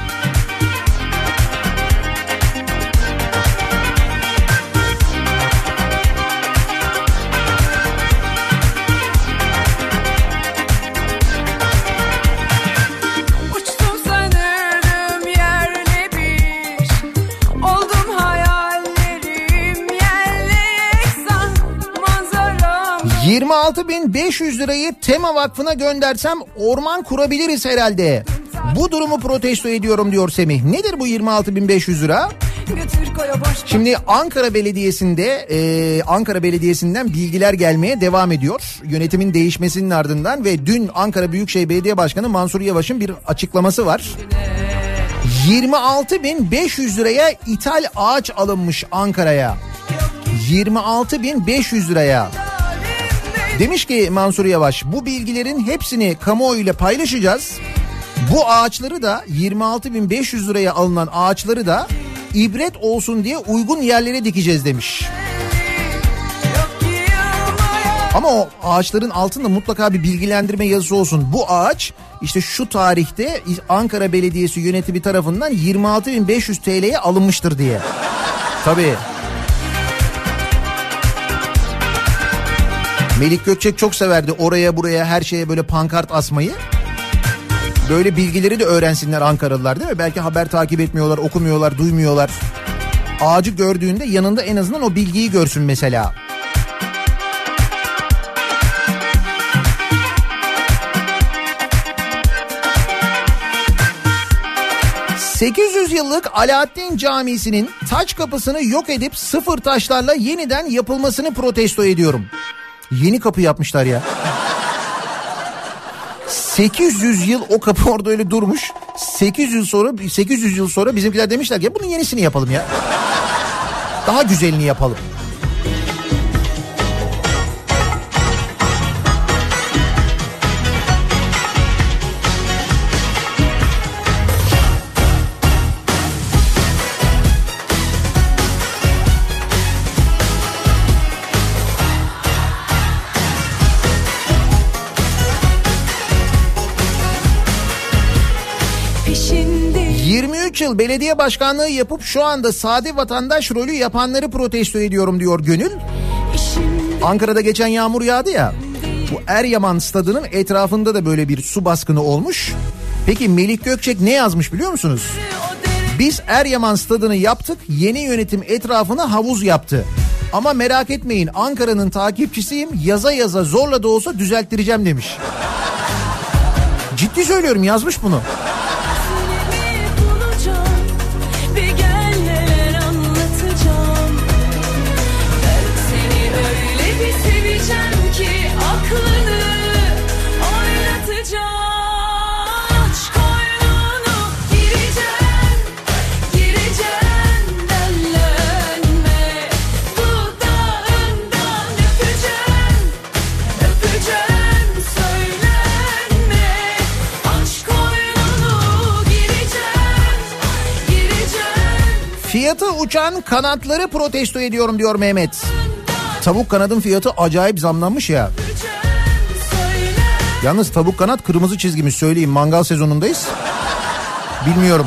Uçtum sanırdım yerle bir, oldum hayallerim yerle yeksan, manzaram. yirmi altı bin beş yüz lirayı Tema Vakfı'na göndersem orman kurabiliriz herhalde. Bu durumu protesto ediyorum diyor Semih. Nedir bu yirmi altı bin beş yüz lira? Götür koya boş. Şimdi Ankara Belediyesi'nde e, Ankara Belediyesi'nden bilgiler gelmeye devam ediyor. Yönetimin değişmesinin ardından ve dün Ankara Büyükşehir Belediye Başkanı Mansur Yavaş'ın bir açıklaması var. yirmi altı bin beş yüz liraya ithal ağaç alınmış Ankara'ya. yirmi altı bin beş yüz liraya. Demiş ki Mansur Yavaş, bu bilgilerin hepsini kamuoyuyla paylaşacağız. Bu ağaçları da yirmi altı bin beş yüz liraya alınan ağaçları da ibret olsun diye uygun yerlere dikeceğiz demiş. Ama o ağaçların altında mutlaka bir bilgilendirme yazısı olsun. Bu ağaç işte şu tarihte Ankara Belediyesi yönetimi tarafından yirmi altı bin beş yüz T L'ye alınmıştır diye. Tabii. Melik Gökçek çok severdi oraya buraya her şeye böyle pankart asmayı. Böyle bilgileri de öğrensinler Ankaralılar, değil mi? Belki haber takip etmiyorlar, okumuyorlar, duymuyorlar. Ağacı gördüğünde yanında en azından o bilgiyi görsün mesela. sekiz yüz yıllık Alaaddin Camisi'nin taç kapısını yok edip sıfır taşlarla yeniden yapılmasını protesto ediyorum. Yeni kapı yapmışlar ya. sekiz yüz yıl o kapı orada öyle durmuş. sekiz yüz sonra sekiz yüz yıl sonra bizimkiler demişler ki bunun yenisini yapalım ya. Daha güzelini yapalım. üç yıl belediye başkanlığı yapıp şu anda sade vatandaş rolü yapanları protesto ediyorum diyor Gönül. Ankara'da geçen yağmur yağdı ya. Bu Eryaman stadının etrafında da böyle bir su baskını olmuş. Peki Melik Gökçek ne yazmış biliyor musunuz? Biz Eryaman stadını yaptık, yeni yönetim etrafına havuz yaptı. Ama merak etmeyin, Ankara'nın takipçisiyim, yaza yaza zorla da olsa düzelttireceğim demiş. Ciddi söylüyorum, yazmış bunu. Fiyatı uçan kanatları protesto ediyorum diyor Mehmet. Tavuk kanadın fiyatı acayip zamlanmış ya. Yalnız tavuk kanat kırmızı çizgimiz, söyleyeyim, mangal sezonundayız. Bilmiyorum.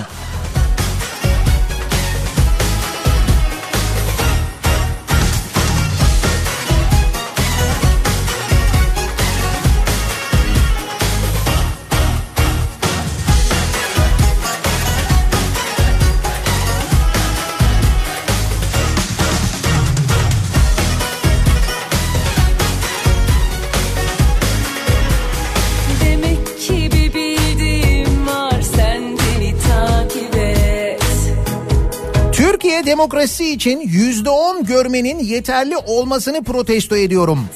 Demokrasi için yüzde on görmenin yeterli olmasını protesto ediyorum.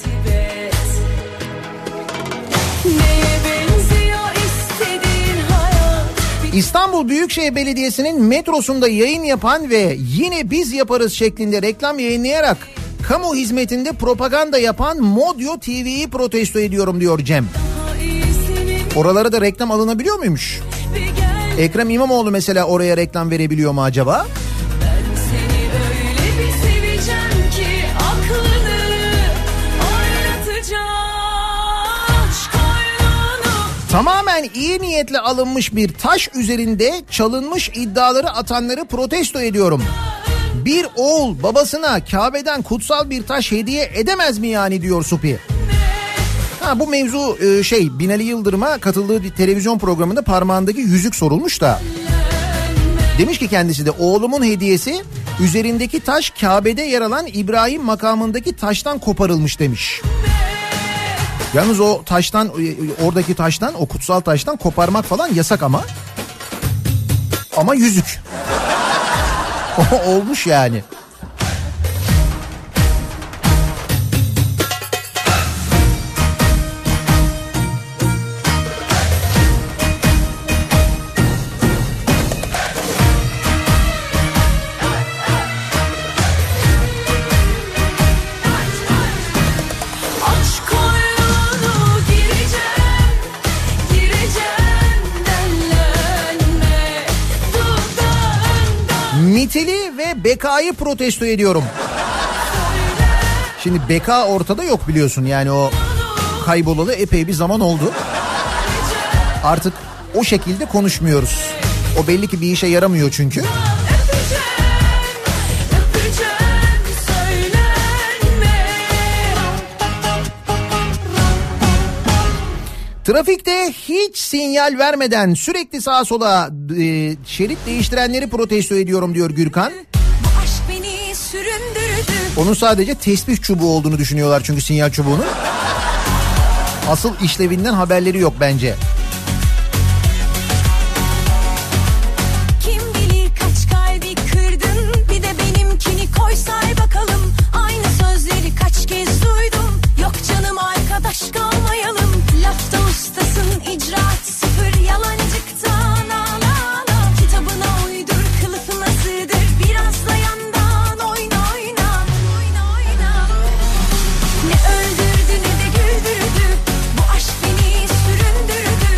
İstanbul Büyükşehir Belediyesi'nin metrosunda yayın yapan ve yine biz yaparız şeklinde reklam yayınlayarak kamu hizmetinde propaganda yapan Modyo T V'yi protesto ediyorum diyor Cem. Oralara da reklam alınabiliyor muymuş? Ekrem İmamoğlu mesela oraya reklam verebiliyor mu acaba? Tamamen iyi niyetle alınmış bir taş üzerinde çalınmış iddiaları atanları protesto ediyorum. Bir oğul babasına Kabe'den kutsal bir taş hediye edemez mi yani diyor Supi. Ha, bu mevzu şey, Binali Yıldırım'a katıldığı bir televizyon programında parmağındaki yüzük sorulmuş da. Demiş ki kendisi de, oğlumun hediyesi üzerindeki taş Kabe'de yer alan İbrahim makamındaki taştan koparılmış demiş. Yalnız o taştan, oradaki taştan, o kutsal taştan koparmak falan yasak ama. Ama yüzük. Olmuş yani. Mitili ve Beka'yı protesto ediyorum. Şimdi Beka ortada yok biliyorsun, yani o kaybolalı epey bir zaman oldu. Artık o şekilde konuşmuyoruz. O belli ki bir işe yaramıyor çünkü. Trafikte hiç sinyal vermeden sürekli sağa sola e, şerit değiştirenleri protesto ediyorum diyor Gürkan. Onun sadece tesbih çubuğu olduğunu düşünüyorlar çünkü sinyal çubuğunun. Asıl işlevinden haberleri yok bence. Kim bilir kaç kalbi kırdın, bir de benimkini koy say bakalım. Aynı sözleri kaç kez duydum. Yok canım arkadaş kalmayalım. Lafta ustasın, icraat sıfır, yalancıktan ağla ağla. Kitabına uydur, kılıfına sığdır, biraz da yandan oyna oyna. Oyna oyna. Ne öldürdü ne de güldürdü, bu aşk beni süründürdü.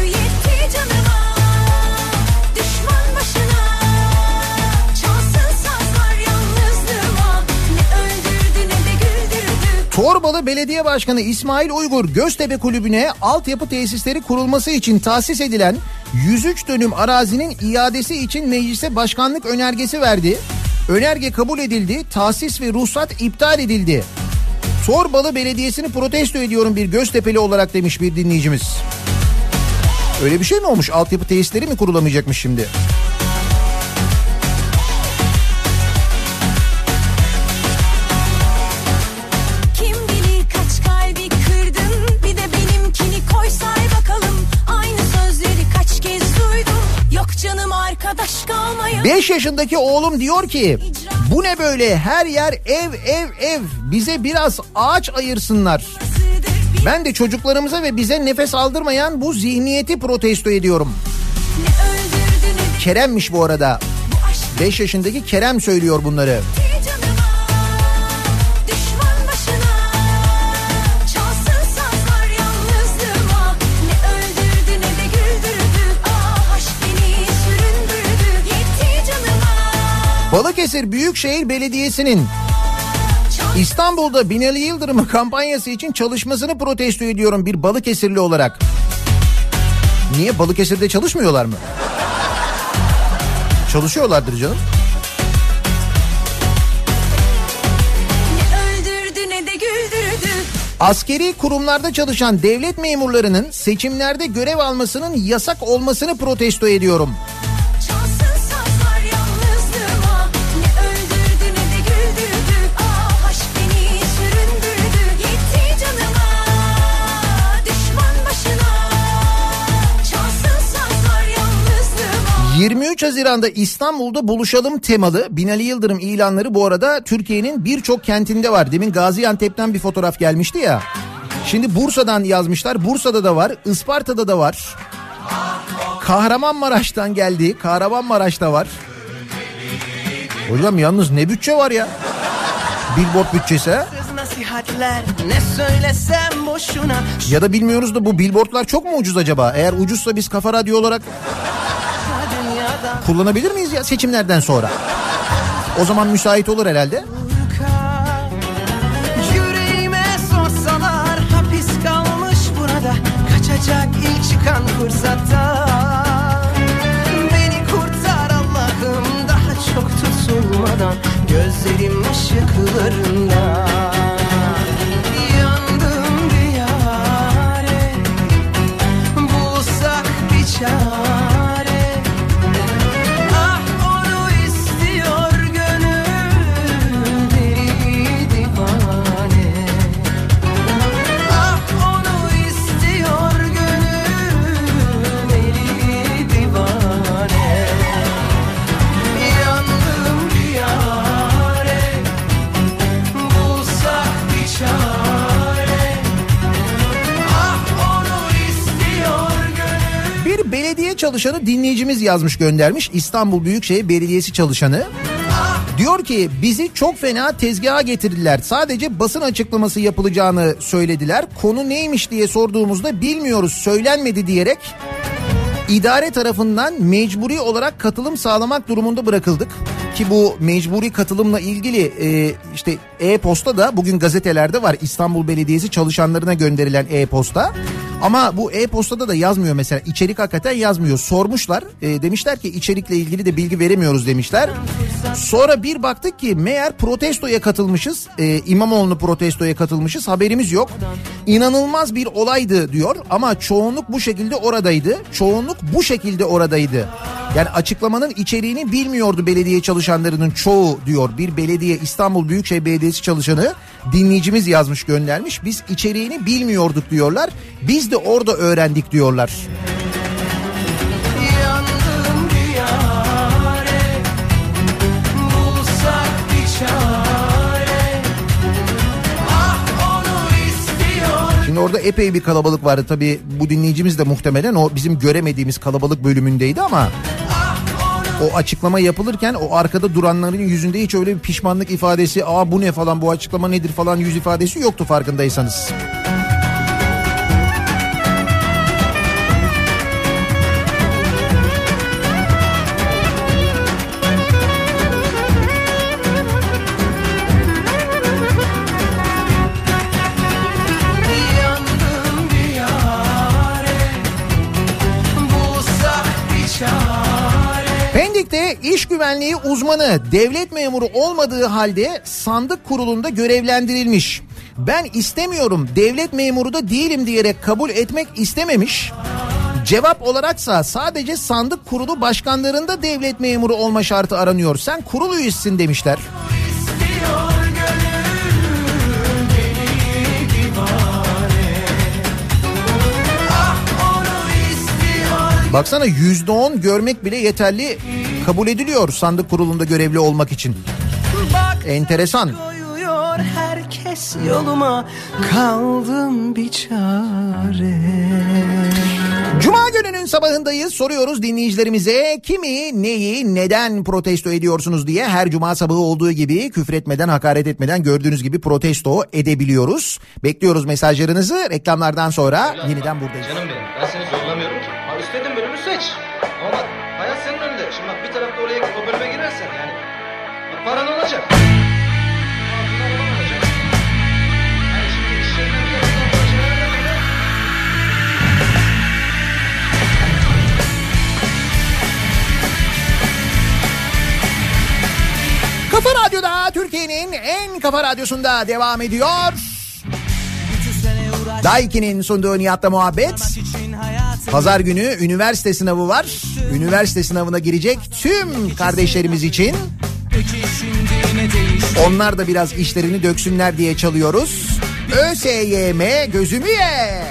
Torbalı Belediye Başkanı İsmail Uygur Göztepe Kulübü'ne altyapı tesisleri kurulması için tahsis edilen yüz üç dönüm arazinin iadesi için meclise başkanlık önergesi verdi. Önerge kabul edildi, tahsis ve ruhsat iptal edildi. Torbalı Belediyesi'ni protesto ediyorum bir Göztepe'li olarak demiş bir dinleyicimiz. Öyle bir şey mi olmuş? Altyapı tesisleri mi kurulamayacakmış şimdi? Kim bilir kaç kalbi kırdın, bir de benimkini koy say bakalım. Aynı sözleri kaç kez duydum. Yok canım arkadaş kalmayalım. beş yaşındaki oğlum diyor ki bu ne böyle, her yer ev ev ev, bize biraz ağaç ayırsınlar. Ben de çocuklarımıza ve bize nefes aldırmayan bu zihniyeti protesto ediyorum. Kerem'miş bu arada. beş yaşındaki Kerem söylüyor bunları. Balıkesir Büyükşehir Belediyesi'nin İstanbul'da Binali Yıldırım'ın kampanyası için çalışmasını protesto ediyorum bir Balıkesirli olarak. Niye, Balıkesir'de çalışmıyorlar mı? Çalışıyorlardır canım. Askeri kurumlarda çalışan devlet memurlarının seçimlerde görev almasının yasak olmasını protesto ediyorum. yirmi üç Haziran'da İstanbul'da buluşalım temalı Binali Yıldırım ilanları bu arada Türkiye'nin birçok kentinde var. Demin Gaziantep'ten bir fotoğraf gelmişti ya. Şimdi Bursa'dan yazmışlar. Bursa'da da var, Isparta'da da var. Kahramanmaraş'tan geldi. Kahramanmaraş'ta var. Hocam yalnız ne bütçe var ya? Billboard bütçesi ha? Ne söylesem boşuna. Ya da bilmiyoruz da bu billboardlar çok mu ucuz acaba? Eğer ucuzsa biz Kafa Radyo olarak kullanabilir miyiz ya seçimlerden sonra? O zaman müsait olur herhalde. Yüreğime sorsalar hapis kalmış burada, kaçacak ilk çıkan fırsatta. Beni kurtar Allah'ım daha çok tutulmadan, gözlerim ışıklarında. Yandım bir yare, bulsak bir çare. Belediye çalışanı dinleyicimiz yazmış göndermiş. İstanbul Büyükşehir Belediyesi çalışanı. Diyor ki bizi çok fena tezgaha getirdiler. Sadece basın açıklaması yapılacağını söylediler. Konu neymiş diye sorduğumuzda bilmiyoruz, söylenmedi diyerek idare tarafından mecburi olarak katılım sağlamak durumunda bırakıldık. Ki bu mecburi katılımla ilgili e, işte e-posta da bugün gazetelerde var. İstanbul Belediyesi çalışanlarına gönderilen e-posta. Ama bu e-postada da yazmıyor mesela, içerik hakikaten yazmıyor. Sormuşlar, e, demişler ki içerikle ilgili de bilgi veremiyoruz demişler. Sonra bir baktık ki meğer protestoya katılmışız, e, İmamoğlu'nu protestoya katılmışız, haberimiz yok. İnanılmaz bir olaydı diyor ama çoğunluk bu şekilde oradaydı. Çoğunluk bu şekilde oradaydı. Yani açıklamanın içeriğini bilmiyordu belediye çalışanlarının çoğu diyor. Bir belediye, İstanbul Büyükşehir Belediyesi çalışanı dinleyicimiz yazmış göndermiş. Biz içeriğini bilmiyorduk diyorlar. Biz de orada öğrendik diyorlar. Şimdi orada epey bir kalabalık vardı. Tabii bu dinleyicimiz de muhtemelen o bizim göremediğimiz kalabalık bölümündeydi ama o açıklama yapılırken o arkada duranların yüzünde hiç öyle bir pişmanlık ifadesi, aa bu ne falan, bu açıklama nedir falan yüz ifadesi yoktu farkındaysanız. güvenliği uzmanı, devlet memuru olmadığı halde sandık kurulunda görevlendirilmiş. Ben istemiyorum, devlet memuru da değilim diyerek kabul etmek istememiş. Cevap olaraksa sadece sandık kurulu başkanlarında devlet memuru olma şartı aranıyor. Sen kurul üyesisin demişler. Baksana yüzde on görmek bile yeterli kabul ediliyor sandık kurulunda görevli olmak için. Enteresan. Herkes yoluma, kaldım bir çare. Cuma gününün sabahındayız, soruyoruz dinleyicilerimize kimi, neyi, neden protesto ediyorsunuz diye. Her cuma sabahı olduğu gibi küfretmeden, hakaret etmeden gördüğünüz gibi protesto edebiliyoruz. Bekliyoruz mesajlarınızı, reklamlardan sonra Öyle yeniden bak. Buradayız. Canım benim, ben seni zorlamıyorum ki. Abi istediğin bölümü seç. Ama bak hayat senin önünde. Şimdi bak bir tarafta oraya o bölüme girersen yani bak, paran olacak. Kafa Radyo'da, Türkiye'nin en kafa radyosunda devam ediyor. Daiki'nin sunduğu Nihat'la muhabbet. Pazar günü üniversite sınavı var. Üniversite sınavına girecek tüm kardeşlerimiz için. Onlar da biraz işlerini döksünler diye çalıyoruz. ÖSYM gözümü ye.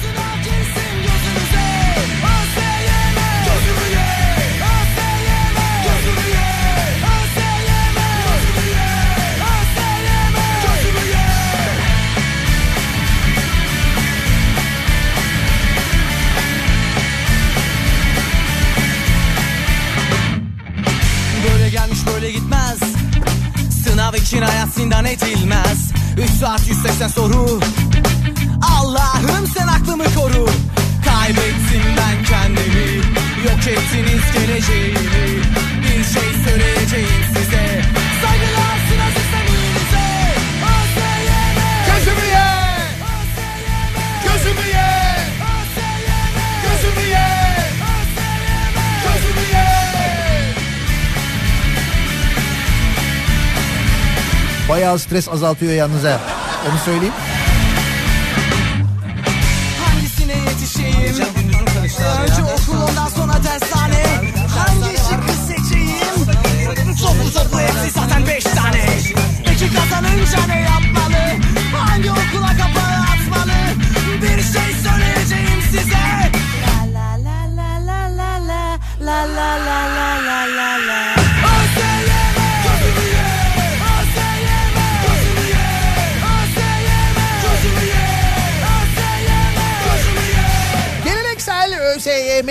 Böyle gitmez. Sınav için hayat zindan edilmez. Üç saat yüz seksen soru. Allah'ım sen aklımı koru. Kaybettim ben kendimi. Yok ettiniz geleceğimi. Bir şey söyleyeceğim size. Saygılar sınav sisteminize. Gözümü ye. Gözümü ye. Gözümü ye. Gözümü ye. Bayağı stres azaltıyor yalnız ha. Onu söyleyeyim. Hangisine yetişeyim? Önce okul, ondan sonra dershane. Hangi şıkkı seçeyim? Toplu toplu hepsi zaten beş tane. Peki kazanınca ne yapmalı? Hangi okula kapağı atmalı? Bir şey söyleyeceğim size. La la la la la la la la la la la la la. ÖSYM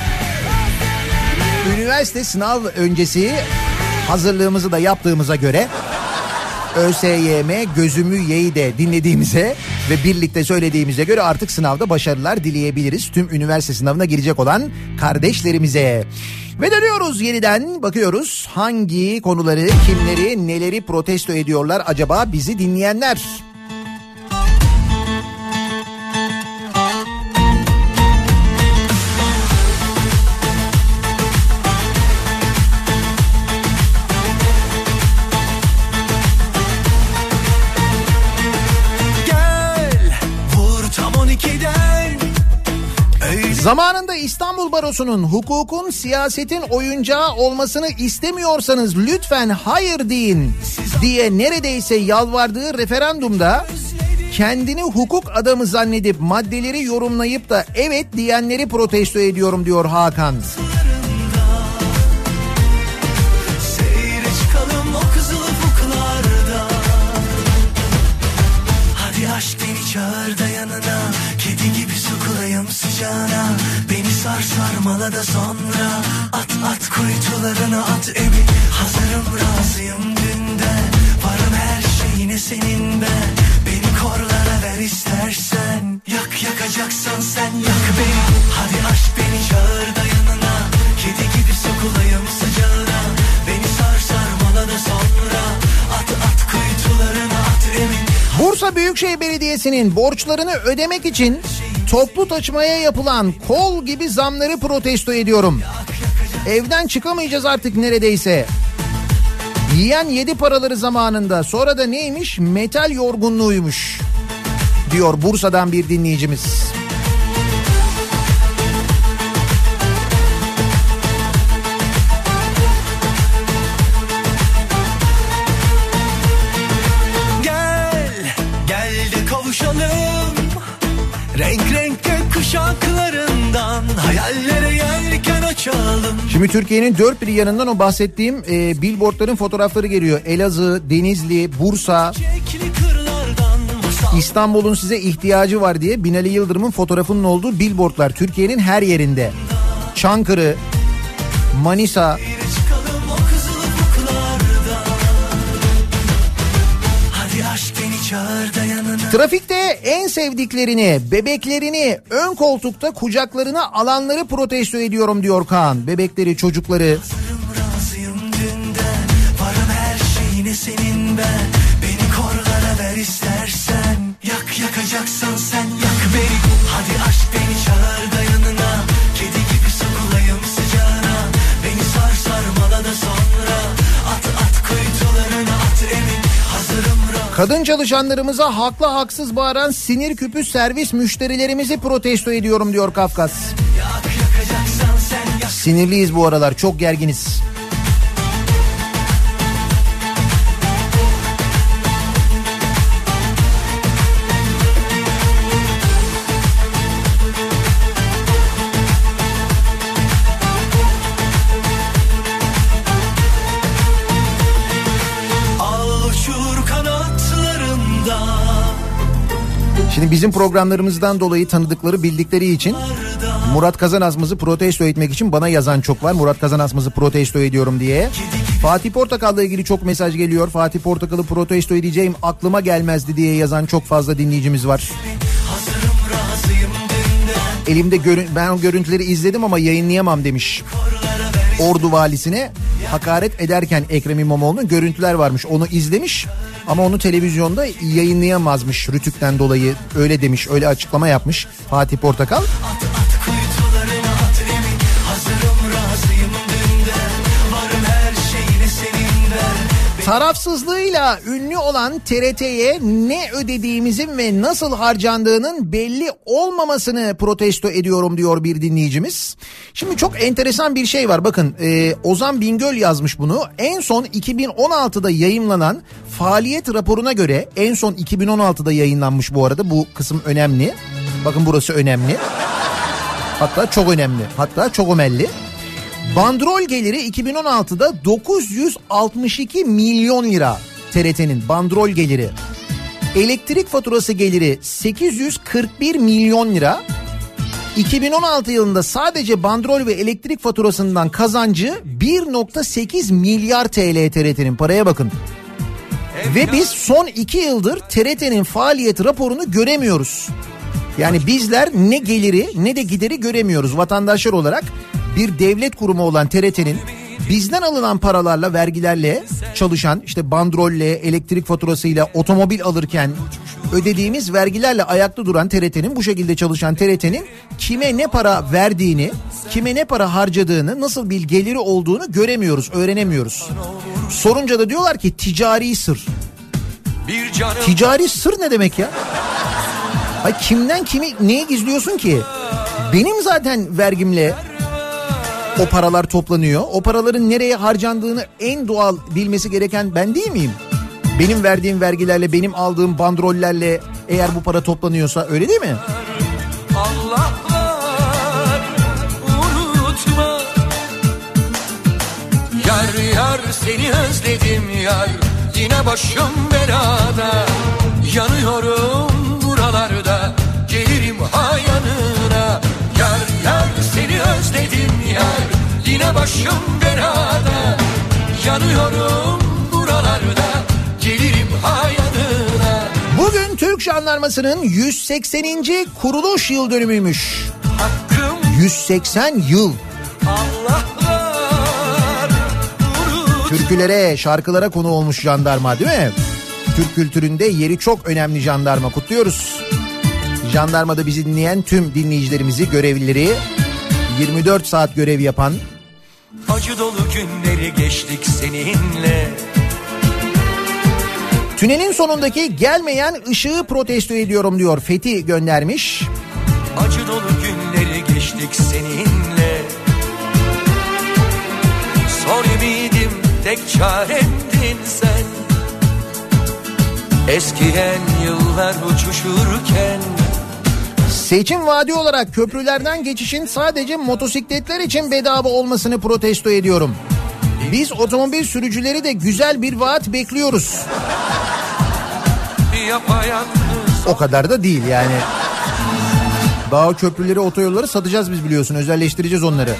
üniversite sınav öncesi hazırlığımızı da yaptığımıza göre ÖSYM gözümü yeyi de dinlediğimize ve birlikte söylediğimize göre artık sınavda başarılar dileyebiliriz tüm üniversite sınavına girecek olan kardeşlerimize. Ve dönüyoruz yeniden, bakıyoruz hangi konuları, kimleri, neleri protesto ediyorlar acaba bizi dinleyenler. Zamanında İstanbul Barosu'nun hukukun siyasetin oyuncağı olmasını istemiyorsanız lütfen hayır deyin diye neredeyse yalvardığı referandumda kendini hukuk adamı zannedip maddeleri yorumlayıp da evet diyenleri protesto ediyorum diyor Hakan. Aşk beni çağır da yanına, kedi gibi sokulayım sıcağına. Beni sar sarmala da sonra at at kuytularına at emin. Hazırım razıyım dünden, varım her şeyine senin ben. Beni korlara ver istersen, yak yakacaksan sen yak beni. Hadi aşk beni çağır da yanına, kedi gibi sokulayım sıcağına. Beni sar sarmala da sonra at at kuytularına at emin. Bursa Büyükşehir Belediyesi'nin borçlarını ödemek için toplu taşımaya yapılan kol gibi zamları protesto ediyorum. Evden çıkamayacağız artık neredeyse. Yiyen yedi paraları zamanında, sonra da neymiş? Metal yorgunluğuymuş diyor Bursa'dan bir dinleyicimiz. Gel, gel de kavuşalım. Renk renk kuşaklarından hayallere yelken açalım. Şimdi Türkiye'nin dört bir yanından o bahsettiğim e, billboardların fotoğrafları geliyor. Elazığ, Denizli, Bursa, İstanbul'un size ihtiyacı var diye Binali Yıldırım'ın fotoğrafının olduğu billboardlar Türkiye'nin her yerinde. Çankırı, Manisa. Trafikte en sevdiklerini, bebeklerini ön koltukta kucaklarına alanları protesto ediyorum diyor Kaan. Bebekleri, çocukları. Varım her şeyine senin ben. Beni korlara ver istersen. Yak yakacaksan sen yak beni. Hadi aşk beni çağır da yanına. Kedi gibi sokulayım sıcağına. Beni sar sarmala da sonra. At at kuytularına at emin. Hazırım. Kadın çalışanlarımıza haklı haksız bağıran sinir küpü servis müşterilerimizi protesto ediyorum diyor Kafkas. Sinirliyiz bu aralar, çok gerginiz. Şimdi bizim programlarımızdan dolayı tanıdıkları, bildikleri için Murat Kazanasmaz'ı protesto etmek için bana yazan çok var. Murat Kazanasmaz'ı protesto ediyorum diye. Fatih Portakal'la ilgili çok mesaj geliyor. Fatih Portakal'ı protesto edeceğim, aklıma gelmezdi diye yazan çok fazla dinleyicimiz var. Elimde görün, ben o görüntüleri izledim ama yayınlayamam demiş. Ordu valisine hakaret ederken Ekrem İmamoğlu'nun görüntüler varmış. Onu izlemiş ama onu televizyonda yayınlayamazmış Rütük'ten dolayı, öyle demiş, öyle açıklama yapmış Fatih Portakal. Tarafsızlığıyla ünlü olan T R T'ye ne ödediğimizin ve nasıl harcandığının belli olmamasını protesto ediyorum diyor bir dinleyicimiz. Şimdi çok enteresan bir şey var. Bakın e, Ozan Bingöl yazmış bunu. En son iki bin on altıda yayımlanan faaliyet raporuna göre, en son iki bin on altıda yayınlanmış bu arada, bu kısım önemli. Bakın burası önemli. Hatta çok önemli. Hatta çok ömelli. Bandrol geliri iki bin on altıda dokuz yüz altmış iki milyon lira T R T'nin bandrol geliri. Elektrik faturası geliri sekiz yüz kırk bir milyon lira. iki bin on altı yılında sadece bandrol ve elektrik faturasından kazancı bir virgül sekiz milyar T L T R T'nin, paraya bakın. Ve biz son iki yıldır T R T'nin faaliyet raporunu göremiyoruz. Yani bizler ne geliri ne de gideri göremiyoruz vatandaşlar olarak. Bir devlet kurumu olan T R T'nin bizden alınan paralarla, vergilerle çalışan, işte bandrolle, elektrik faturasıyla, otomobil alırken ödediğimiz vergilerle ayakta duran T R T'nin, bu şekilde çalışan T R T'nin kime ne para verdiğini, kime ne para harcadığını, nasıl bir geliri olduğunu göremiyoruz, öğrenemiyoruz. Sorunca da diyorlar ki ticari sır. Ticari sır ne demek ya? Ay kimden kimi neye gizliyorsun ki? Benim zaten vergimle o paralar toplanıyor. O paraların nereye harcandığını en doğal bilmesi gereken ben değil miyim? Benim verdiğim vergilerle, benim aldığım bandrollerle eğer bu para toplanıyorsa, öyle değil mi? Allah'lar unutma. Yar yar seni özledim yar. Yine başım belada. Yanıyorum buralarda. Gelirim ha yanına. Yar yar seni özledim yar. Yine başım belada. Yanıyorum buralarda. Gelirim ha yanına. Bugün Türk Jandarması'nın yüz sekseninci kuruluş yıl dönümüymüş. Hakkım yüz seksen yıl. Allah'lar unut. Türkülere, şarkılara konu olmuş jandarma, değil mi? Türk kültüründe yeri çok önemli jandarma, kutluyoruz. Jandarmada bizi dinleyen tüm dinleyicilerimizi, görevlileri, yirmi dört saat görev yapan, Acı dolu günleri geçtik seninle. Tünelin sonundaki gelmeyen ışığı protesto ediyorum diyor Fethi göndermiş. Acı dolu günleri geçtik seninle. Son ümidim tek çaremdin sen. Eskiyen yıllar uçuşurken. Seçim vaadi olarak köprülerden geçişin sadece motosikletler için bedava olmasını protesto ediyorum. Biz otomobil sürücüleri de güzel bir vaat bekliyoruz. O kadar da değil yani. Daha köprüleri, otoyolları satacağız biz biliyorsun. Özelleştireceğiz onları.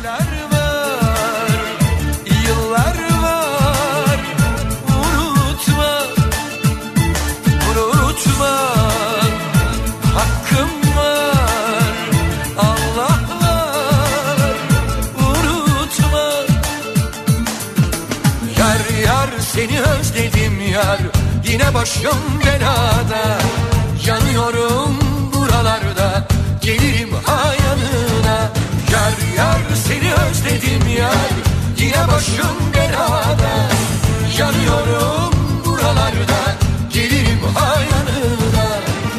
Seni özledim yar, yine başım belada. Yanıyorum buralarda, gelirim ha yanına. Yar yar seni özledim yar, yine başım belada. Yanıyorum buralarda, gelirim ha yanına.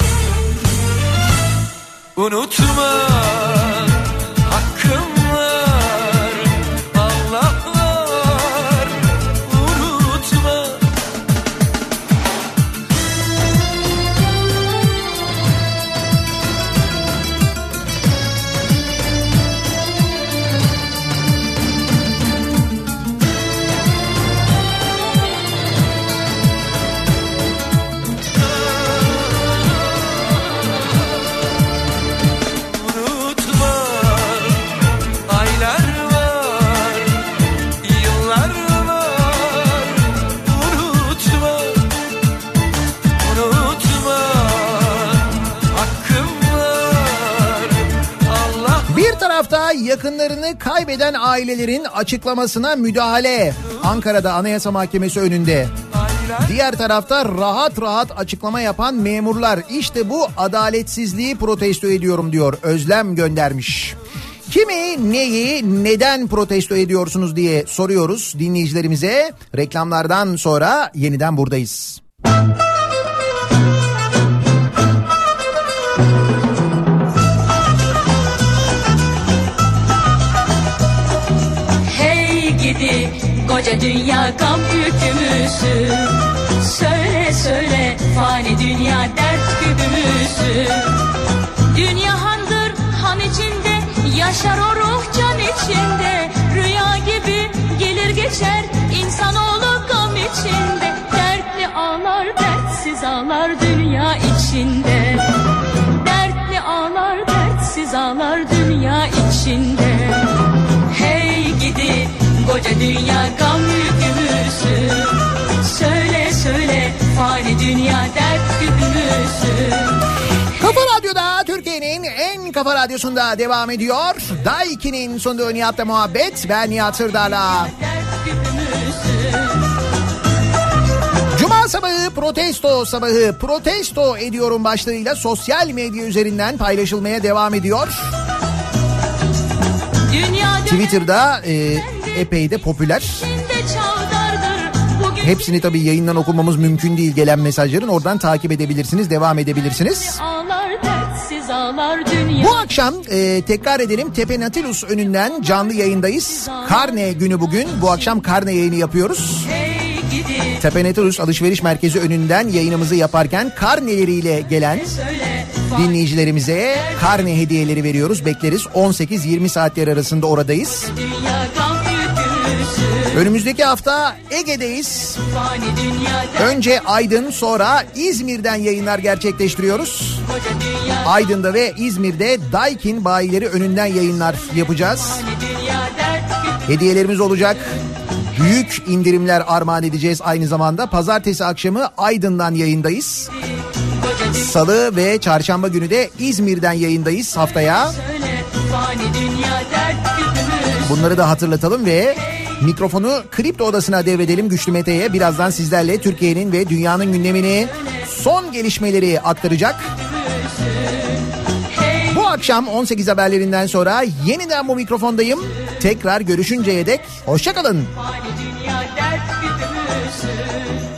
Unutma hakkım. Yakınlarını kaybeden ailelerin açıklamasına müdahale. Ankara'da Anayasa Mahkemesi önünde. Diğer tarafta rahat rahat açıklama yapan memurlar. İşte bu adaletsizliği protesto ediyorum diyor. Özlem göndermiş. Kimi, neyi, neden protesto ediyorsunuz diye soruyoruz dinleyicilerimize. Reklamlardan sonra yeniden buradayız. Koca dünya gam yükümüzü. Söyle söyle fani dünya dert kübümüzü. Dünya handır han içinde, yaşar o ruh can içinde. Rüya gibi gelir geçer insanoğlu gam içinde. Dertli ağlar dertsiz ağlar dünya içinde. Dertli ağlar dertsiz ağlar dünya içinde. Hey gidi koca dünya gam yükümüzü. Söyle söyle fani dünya dert kübümüzü. Kafa Radyo'da, Türkiye'nin en kafa radyosunda devam ediyor. Daiki'nin sunduğu Nihat'la muhabbet. Ben Nihat Sırdar'la. Cuma sabahı protesto sabahı protesto ediyorum başlığıyla sosyal medya üzerinden paylaşılmaya devam ediyor. Twitter'da e, epey de popüler. Hepsini tabii yayından okumamız mümkün değil, gelen mesajların. Oradan takip edebilirsiniz, devam edebilirsiniz. Bu akşam e, tekrar edelim, Tepe Nautilus önünden canlı yayındayız. Karne günü bugün. Bu akşam karne yayını yapıyoruz. Tepe Nautilus alışveriş merkezi önünden yayınımızı yaparken karneleriyle gelen dinleyicilerimize karne hediyeleri veriyoruz. Bekleriz. on sekiz yirmi saatler arasında oradayız. Önümüzdeki hafta Ege'deyiz. Önce Aydın, sonra İzmir'den yayınlar gerçekleştiriyoruz. Aydın'da ve İzmir'de Daikin bayileri önünden yayınlar yapacağız. Hediyelerimiz olacak. Büyük indirimler armağan edeceğiz aynı zamanda. Pazartesi akşamı Aydın'dan yayındayız. Salı ve çarşamba günü de İzmir'den yayındayız haftaya. Bunları da hatırlatalım ve mikrofonu Kripto Odası'na devredelim Güçlü Mete'ye. Birazdan sizlerle Türkiye'nin ve dünyanın gündemini, son gelişmeleri aktaracak. Bu akşam on sekiz haberlerinden sonra yeniden bu mikrofondayım. Tekrar görüşünceye dek hoşça kalın. Fani dünya dert güdümüzü.